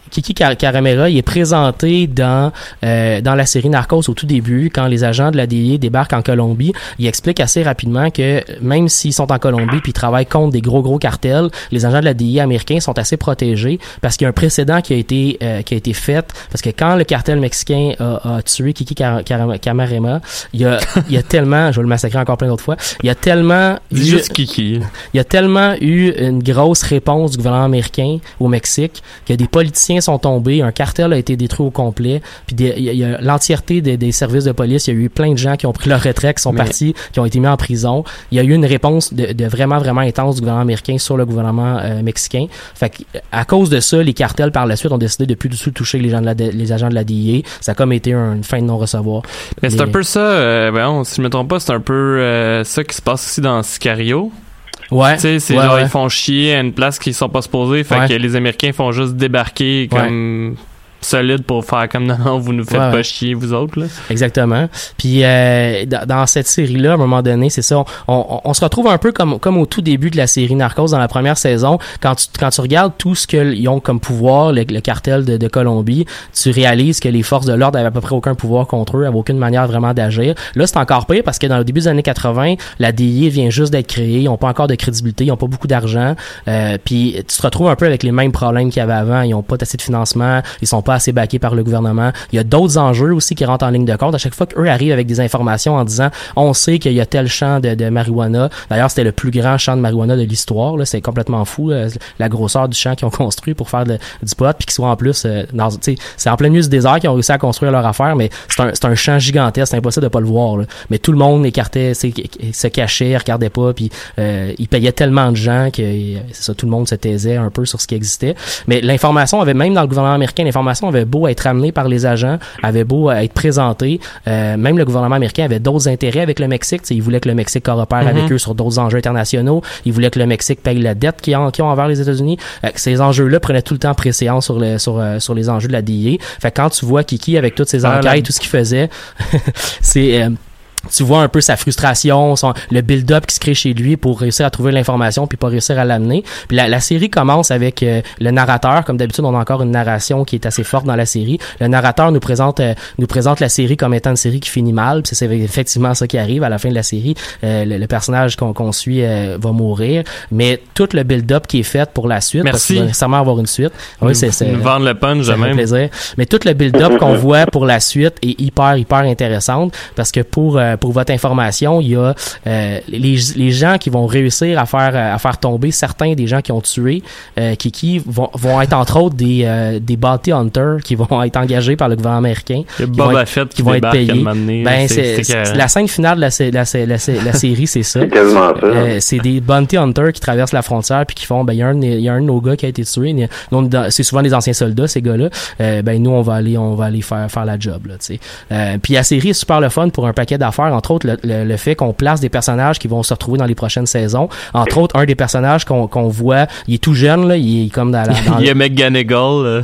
Kiki Caramera, il est présenté dans euh, dans la série Narcos au tout début, quand les agents de la D I A débarquent en Colombie. Il explique assez rapidement que même s'ils sont en Colombie puis ils travaillent contre des gros gros cartels, les agents de la D I A américains sont assez protégés parce qu'il y a un précédent qui a été euh, qui a été fait, parce que quand le cartel mexicain a, a tué Kiki Camarena, il y a il y a tellement, je vais le massacrer encore plein d'autres fois, il y a tellement eu, juste Kiki. Il y a tellement eu une grosse réponse du gouvernement américain au Mexique que des politiciens sont tombés, un cartel a été détruit au complet, puis des, il y a, il y a l'entièreté des, des services de police, il y a eu plein de gens qui ont pris leur retraite, qui sont Mais... partis, qui ont été mis en prison. Il y a eu une réponse de, de vraiment vraiment intense du gouvernement américain sur le gouvernement euh, mexicain. Fait que, à cause de ça, les cartels par la suite ont décidé de plus du tout toucher les gens de la les agents de la D I A. Ça a comme été une fin de non-recevoir. Mais les... c'est un peu ça, euh, ben, si je me trompe pas, c'est un peu euh, ça qui se passe aussi dans Sicario. Ouais. Tu sais, c'est ouais, genre, ouais. ils font chier à une place qu'ils sont pas supposés, fait ouais. que les Américains font juste débarquer comme... Ouais. solide pour faire comme non, non, vous nous faites ouais. pas chier, vous autres, là. Exactement. Puis euh, dans, dans cette série-là, à un moment donné, c'est ça, on, on, on se retrouve un peu comme comme au tout début de la série Narcos dans la première saison. Quand tu quand tu regardes tout ce qu'ils ont comme pouvoir, le, le cartel de, de Colombie, tu réalises que les forces de l'ordre avaient à peu près aucun pouvoir contre eux, avaient aucune manière vraiment d'agir. Là, c'est encore pire parce que dans le début des années quatre-vingts, la D I A vient juste d'être créée, ils ont pas encore de crédibilité, ils ont pas beaucoup d'argent, euh, puis tu te retrouves un peu avec les mêmes problèmes qu'il y avait avant. Ils ont pas assez de financement, ils sont pas assez backés par le gouvernement. Il y a d'autres enjeux aussi qui rentrent en ligne de compte. À chaque fois qu'eux arrivent avec des informations en disant on sait qu'il y a tel champ de, de marijuana. D'ailleurs, c'était le plus grand champ de marijuana de l'histoire. Là. C'est complètement fou, là, la grosseur du champ qu'ils ont construit pour faire de, du pot, puis qu'ils soient en plus euh, dans, tu sais, c'est en plein milieu du désert qu'ils ont réussi à construire leur affaire, mais c'est un, c'est un champ gigantesque, c'est impossible de pas le voir. Là. Mais tout le monde écartait, se cachait, regardait pas, puis euh, ils payaient tellement de gens que c'est ça, tout le monde se taisait un peu sur ce qui existait. Mais l'information avait, même dans le gouvernement américain, l'information avait beau être amenée par les agents, avait beau être présentée, euh, même le gouvernement américain avait d'autres intérêts avec le Mexique. T'sais, ils voulaient que le Mexique coopère mm-hmm. avec eux sur d'autres enjeux internationaux. Ils voulaient que le Mexique paye la dette qu'ils ont, qu'ils ont envers les États-Unis. Euh, ces enjeux-là prenaient tout le temps préséance sur, le, sur, euh, sur les enjeux de la D I A. Fait que quand tu vois Kiki avec toutes ses enquêtes, ah, tout ce qu'il faisait, c'est... Euh, tu vois un peu sa frustration, son, le build-up qui se crée chez lui pour réussir à trouver l'information puis pas réussir à l'amener. Puis la, la série commence avec euh, le narrateur. Comme d'habitude, on a encore une narration qui est assez forte dans la série. Le narrateur nous présente euh, nous présente la série comme étant une série qui finit mal. Puis c'est effectivement ça qui arrive à la fin de la série. Euh, le, le personnage qu'on, qu'on suit euh, va mourir, mais tout le build-up qui est fait pour la suite, Merci. Parce qu'il va nécessairement avoir une suite. Oui, c'est c'est nous vendre le punch de même. Plaisir. Mais tout le build-up qu'on voit pour la suite est hyper hyper intéressante parce que pour euh, pour votre information, il y a euh, les, les gens qui vont réussir à faire à faire tomber certains des gens qui ont tué euh, Kiki vont, vont être entre autres des euh, des bounty hunters qui vont être engagés par le gouvernement américain, qui vont être, qui qui vont être payés. Donné, ben c'est, c'est, c'est, c'est la scène finale de la, la, la, la, la série, c'est ça. C'est quasiment ça. Euh, c'est des bounty hunters qui traversent la frontière puis qui font ben il y a un il y a un de nos gars qui a été tué. Nous, c'est souvent des anciens soldats ces gars-là. Euh, ben nous on va aller on va aller faire faire la job là, tu sais. Euh, puis la série est super le fun pour un paquet d'affaires, entre autres le, le, le fait qu'on place des personnages qui vont se retrouver dans les prochaines saisons. Entre autres, un des personnages qu'on, qu'on voit, il est tout jeune là, il est comme dans la dans il y a McGonagall. Euh.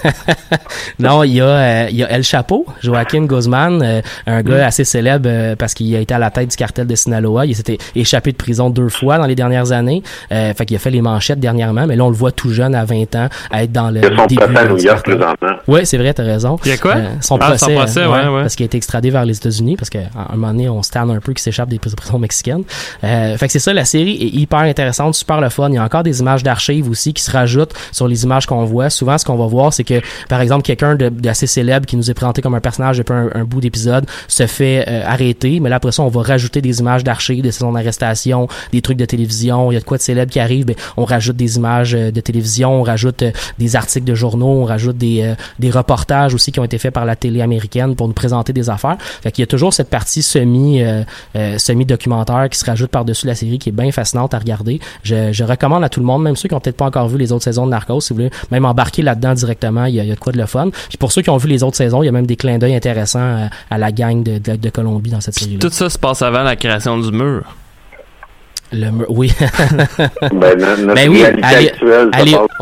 Non, il y a euh, il y a El Chapo, Joaquin Guzman, euh, un gars mm. assez célèbre euh, parce qu'il a été à la tête du cartel de Sinaloa. Il s'était échappé de prison deux fois dans les dernières années. Euh, fait qu'il a fait les manchettes dernièrement, mais là on le voit tout jeune à vingt ans à être dans le il a son début procès à New York présentement. Oui, c'est vrai, t'as raison. Il y a quoi? Euh, son, ah, procès, son procès, ouais, ouais, ouais. Parce qu'il a été extradé vers les États-Unis parce qu'à un moment donné, on se tanne un peu qu'il s'échappe des prisons mexicaines. Euh, fait que c'est ça, la série est hyper intéressante, super le fun. Il y a encore des images d'archives aussi qui se rajoutent sur les images qu'on voit. Souvent, ce qu'on va voir, c'est que, par exemple, quelqu'un de, d'assez célèbre qui nous est présenté comme un personnage depuis un, un bout d'épisode se fait euh, arrêter, mais là, après ça, on va rajouter des images d'archives de son arrestation, des trucs de télévision. Il y a de quoi de célèbre qui arrive, ben, on rajoute des images de télévision, on rajoute euh, des articles de journaux, on rajoute des, euh, des reportages aussi qui ont été faits par la télé américaine pour nous présenter des affaires. Fait qu'il y a toujours cette partie semi euh, euh, semi-documentaire qui se rajoute par-dessus la série, qui est bien fascinante à regarder. Je, je recommande à tout le monde, même ceux qui ont peut-être pas encore vu les autres saisons de Narcos, si vous voulez même embarquer là-dedans directement, il y a, il y a de quoi de le fun. Puis pour ceux qui ont vu les autres saisons, il y a même des clins d'œil intéressants à, à la gang de, de, de Colombie dans cette série-là. Tout ça se passe avant la création du mur. Le mur, oui. ben, notre ben oui, réalité allez, actuelle, allez, ça passe ouais. avant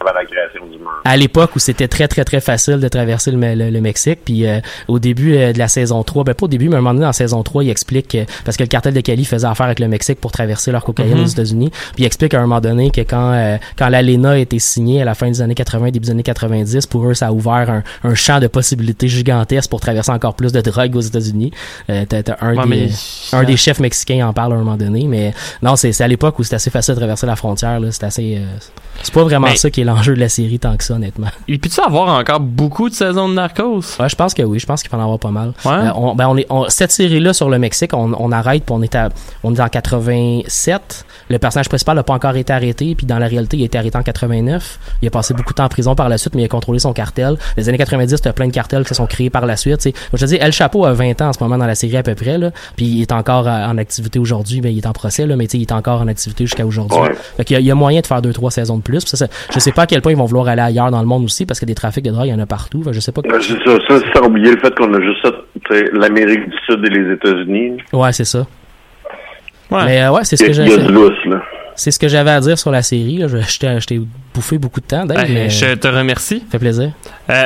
à la création du mur. À l'époque où c'était très, très, très facile de traverser le, le, le Mexique, puis euh, au début euh, de la saison trois, ben pas au début, mais à un moment donné, dans la saison trois, il explique, euh, parce que le cartel de Cali faisait affaire avec le Mexique pour traverser leur cocaïne mm-hmm. aux États-Unis, puis il explique à un moment donné que quand euh, quand l'ALENA a été signée à la fin des années quatre-vingts, début des années quatre-vingt-dix, pour eux, ça a ouvert un, un champ de possibilités gigantesques pour traverser encore plus de drogue aux États-Unis. Euh, t'as, t'as un, ouais, des, mais... un des chefs mexicains en parle à un moment donné, mais non, c'est, c'est à l'époque où c'était assez facile de traverser la frontière, là, c'est assez... Euh, c'est pas vraiment mais... ça qui est l'enjeu de la série tant que ça, honnêtement. Et puis tu avoir encore beaucoup de saisons de Narcos? Ouais, je pense que oui, je pense qu'il va en avoir pas mal. Ouais. Euh, on, ben on est, on, cette série-là sur le Mexique, on, on arrête, puis on est à, on est en quatre-vingt-sept. Le personnage principal n'a pas encore été arrêté, puis dans la réalité, il a été arrêté en quatre-vingt-neuf. Il a passé beaucoup de temps en prison par la suite, mais il a contrôlé son cartel. Les années quatre-vingt-dix, t'as plein de cartels qui se sont créés par la suite. T'sais. Je te dis, El Chapo a vingt ans en ce moment dans la série à peu près, là, puis il est encore en activité aujourd'hui, mais il est en procès, là, mais il est encore en activité jusqu'à aujourd'hui. Ouais. Fait qu'il y a, il y a moyen de faire deux, trois saisons de plus. Ça, ça, je sais pas à quel point ils vont vouloir aller ailleurs dans le monde aussi, parce que des trafics de drogue, il y en a partout. Fait, je sais pas. Que... C'est ça, ça, c'est oublier le fait qu'on a juste ça, l'Amérique du Sud et les États-Unis. Ouais, c'est ça. Ouais. Mais euh, ouais, c'est ce que j'ai. Il y a du lousse, là. C'est ce que j'avais à dire sur la série. Là. Je, je, t'ai, je t'ai bouffé beaucoup de temps, Dave. Hey, mais... Je te remercie. Ça fait plaisir. Euh...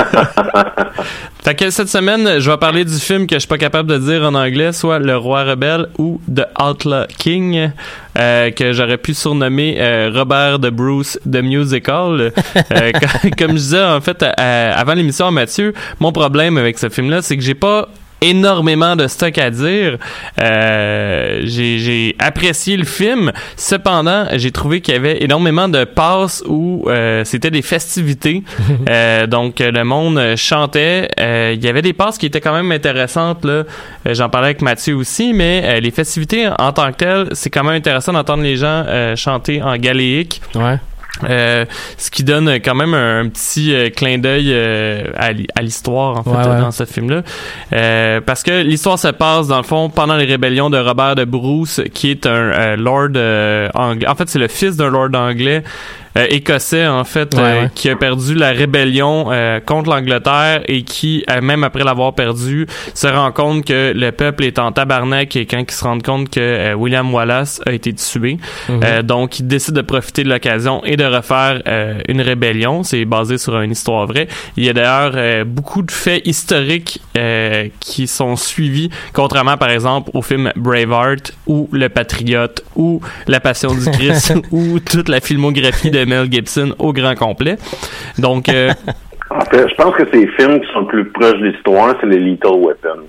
fait que cette semaine, je vais parler du film que je suis pas capable de dire en anglais, soit Le Roi Rebelle ou The Outlaw King, euh, que j'aurais pu surnommer euh, Robert de Bruce The Musical. euh, comme je disais, en fait, euh, avant l'émission à Mathieu, mon problème avec ce film-là, c'est que j'ai pas énormément de stock à dire. Euh, j'ai, j'ai apprécié le film. Cependant, j'ai trouvé qu'il y avait énormément de passes où euh, c'était des festivités. euh, donc, le monde chantait. Euh, il y avait des passes qui étaient quand même intéressantes, là. Euh, j'en parlais avec Mathieu aussi, mais euh, les festivités en tant que telles, c'est quand même intéressant d'entendre les gens euh, chanter en galéique. Ouais. Euh, ce qui donne quand même un, un petit euh, clin d'œil euh, à, à l'histoire en fait ouais, ouais. dans ce film-là, euh, parce que l'histoire se passe dans le fond pendant les rébellions de Robert de Bruce, qui est un euh, lord euh, anglais. En fait, c'est le fils d'un lord anglais. Euh, écossais en fait, ouais, euh, ouais. qui a perdu la rébellion euh, contre l'Angleterre et qui, euh, même après l'avoir perdu, se rend compte que le peuple est en tabarnak et quand il se rend compte que euh, William Wallace a été tué. Mm-hmm. Euh, donc, il décide de profiter de l'occasion et de refaire euh, une rébellion. C'est basé sur une histoire vraie. Il y a d'ailleurs euh, beaucoup de faits historiques euh, qui sont suivis, contrairement par exemple au film Braveheart ou Le Patriote ou La Passion du Christ ou toute la filmographie de Mel Gibson au grand complet. Donc, euh, en fait, je pense que ces films qui sont le plus proches de l'histoire, c'est les Lethal Weapon.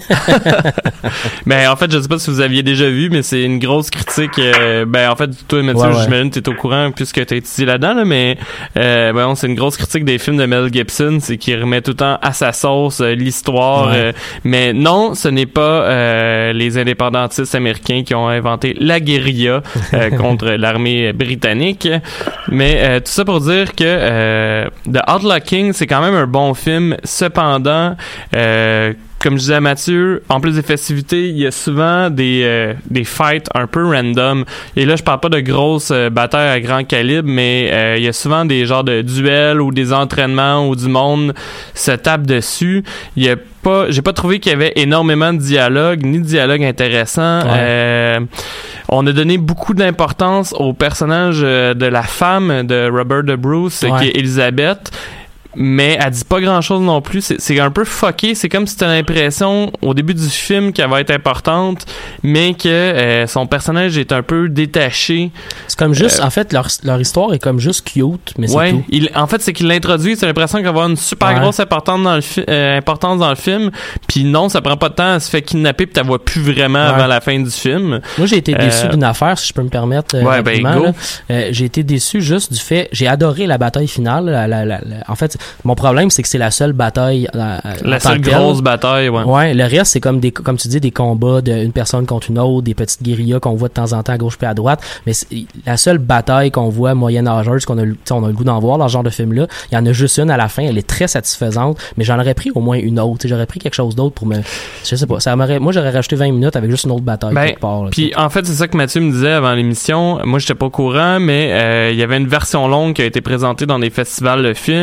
Ben en fait, je sais pas si vous aviez déjà vu, mais c'est une grosse critique. Euh, ben en fait, toi Mathieu, ouais, ouais. j'imagine que t'es au courant puisque t'as étudié là-dedans, là, mais euh, ben c'est une grosse critique des films de Mel Gibson, c'est qu'il remet tout le temps à sa sauce euh, l'histoire. Ouais. Euh, mais non, ce n'est pas euh, les indépendantistes américains qui ont inventé la guérilla euh, contre l'armée britannique. Mais euh, tout ça pour dire que euh, The Outlaw King, c'est quand même un bon film. Cependant, euh, comme je disais à Mathieu, en plus des festivités, il y a souvent des euh, des fights un peu random. Et là, je parle pas de grosses euh, batailles à grand calibre, mais euh, il y a souvent des genres de duels ou des entraînements où du monde se tape dessus. Il y a pas, j'ai pas trouvé qu'il y avait énormément de dialogue, ni de dialogue intéressant. Ouais. Euh, on a donné beaucoup d'importance au personnage de la femme de Robert de Bruce, ouais. qui est Elizabeth. Mais elle dit pas grand chose non plus. C'est, c'est un peu fucké. C'est comme si t'as l'impression au début du film qu'elle va être importante, mais que euh, son personnage est un peu détaché. C'est comme juste, euh, en fait, leur, leur histoire est comme juste cute, mais c'est ouais, tout. Il, en fait, c'est qu'il l'introduit. C'est l'impression qu'elle va avoir une super ouais. grosse importance dans le fi- euh, importance dans le film. Puis non, ça prend pas de temps. Elle se fait kidnapper puis t'as vois plus vraiment ouais. avant la fin du film. Moi, j'ai été déçu euh, d'une affaire, si je peux me permettre. Euh, ouais, ben go. Là. Euh, j'ai été déçu juste du fait. J'ai adoré la bataille finale. La, la, la, la, en fait. Mon problème, c'est que c'est la seule bataille. Euh, la seule grosse bataille, ouais. Ouais, le reste, c'est comme des, comme tu dis, des combats d'une personne contre une autre, des petites guérillas qu'on voit de temps en temps à gauche puis à droite. Mais c'est, la seule bataille qu'on voit moyenâgeuse, qu'on a, on a le goût d'en voir dans ce genre de film-là, il y en a juste une à la fin. Elle est très satisfaisante, mais j'en aurais pris au moins une autre. T'sais, j'aurais pris quelque chose d'autre pour me, je sais pas. Ça m'aurait, moi, j'aurais rajouté vingt minutes avec juste une autre bataille ben, quelque part. Puis en fait, c'est ça que Mathieu me disait avant l'émission. Moi, j'étais pas au courant, mais euh, il y avait une version longue qui a été présentée dans des festivals de films. Ouais. Ça a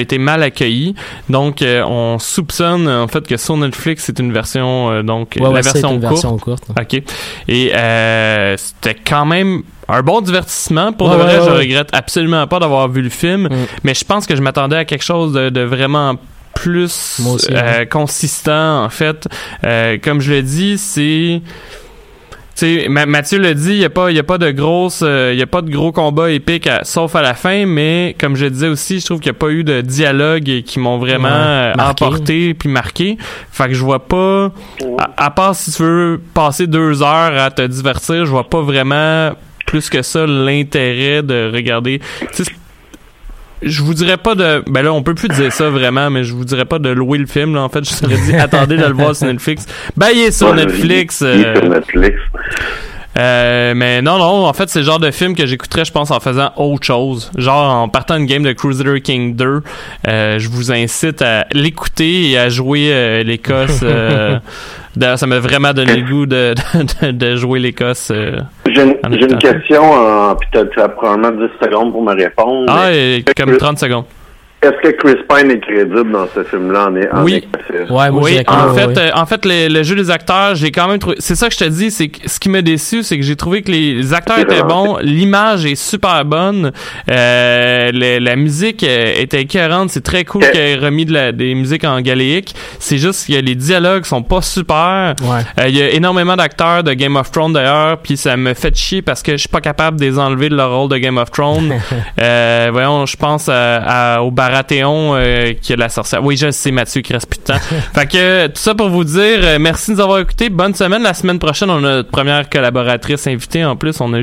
été mal accueilli. Donc, euh, on soupçonne en fait que sur Netflix, c'est une version, euh, donc Ouais, la ouais, version c'est une courte. version courte. OK. Et euh, c'était quand même un bon divertissement. Pour Ouais, de vrai, ouais, je ouais. regrette absolument pas d'avoir vu le film, Mm. mais je pense que je m'attendais à quelque chose de, de vraiment plus Moi aussi, euh, ouais. consistant, en fait. Euh, comme je l'ai dit, c'est... Tu sais, Ma- Mathieu l'a dit, il n'y a pas, il y a pas de grosses, euh, il y a pas de gros combats épiques, à- sauf à la fin. Mais comme je disais aussi, je trouve qu'il n'y a pas eu de dialogue qui m'ont vraiment Ouais, euh, marqué. emporté puis marqué. Fait que je vois pas, à, à part si tu veux passer deux heures à te divertir, je vois pas vraiment plus que ça l'intérêt de regarder. Tu sais, je vous dirais pas de... Ben là, on peut plus dire ça vraiment, mais je vous dirais pas de louer le film. Là. En fait, je t'aurais dit, attendez de le voir sur Netflix. Ben, il est sur Ouais, Netflix. il- il est euh, sur Netflix. euh, mais non, non, en fait, c'est le genre de film que j'écouterais, je pense, en faisant autre chose. Genre, en partant une game de Crusader King deux, euh, je vous incite à l'écouter et à jouer euh, l'Écosse. Euh, d'ailleurs, ça m'a vraiment donné le goût de, de, de jouer l'Écosse. Euh, J'ai une, en j'ai une écoutant. question, euh, puis t'as, t'as probablement dix secondes pour me répondre. Ah, mais et comme trente secondes. Est-ce que Chris Pine est crédible dans ce film-là en, é- en Oui. écossais? Ouais, moi, Oui, j'ai en ouais, fait, ouais. euh, en fait, le, le jeu des acteurs, j'ai quand même trouvé. C'est ça que je te dis, c'est que ce qui m'a déçu, c'est que j'ai trouvé que les, les acteurs étaient bons, l'image est super bonne, euh, le- la musique euh, était écœurante, c'est très cool Ok. qu'il ait remis de la, des musiques en galéique. C'est juste que les dialogues sont pas super. Ouais. Euh, Il y a énormément d'acteurs de Game of Thrones d'ailleurs, puis ça me fait chier parce que je suis pas capable de les enlever de leur rôle de Game of Thrones. euh, voyons, je pense à, à- au Baratheon euh, qui a la sorcière. Oui, je sais, Mathieu, qui reste plus de temps. Fait que euh, tout ça pour vous dire, euh, merci de nous avoir écoutés. Bonne semaine. La semaine prochaine, on a notre première collaboratrice invitée. En plus, on a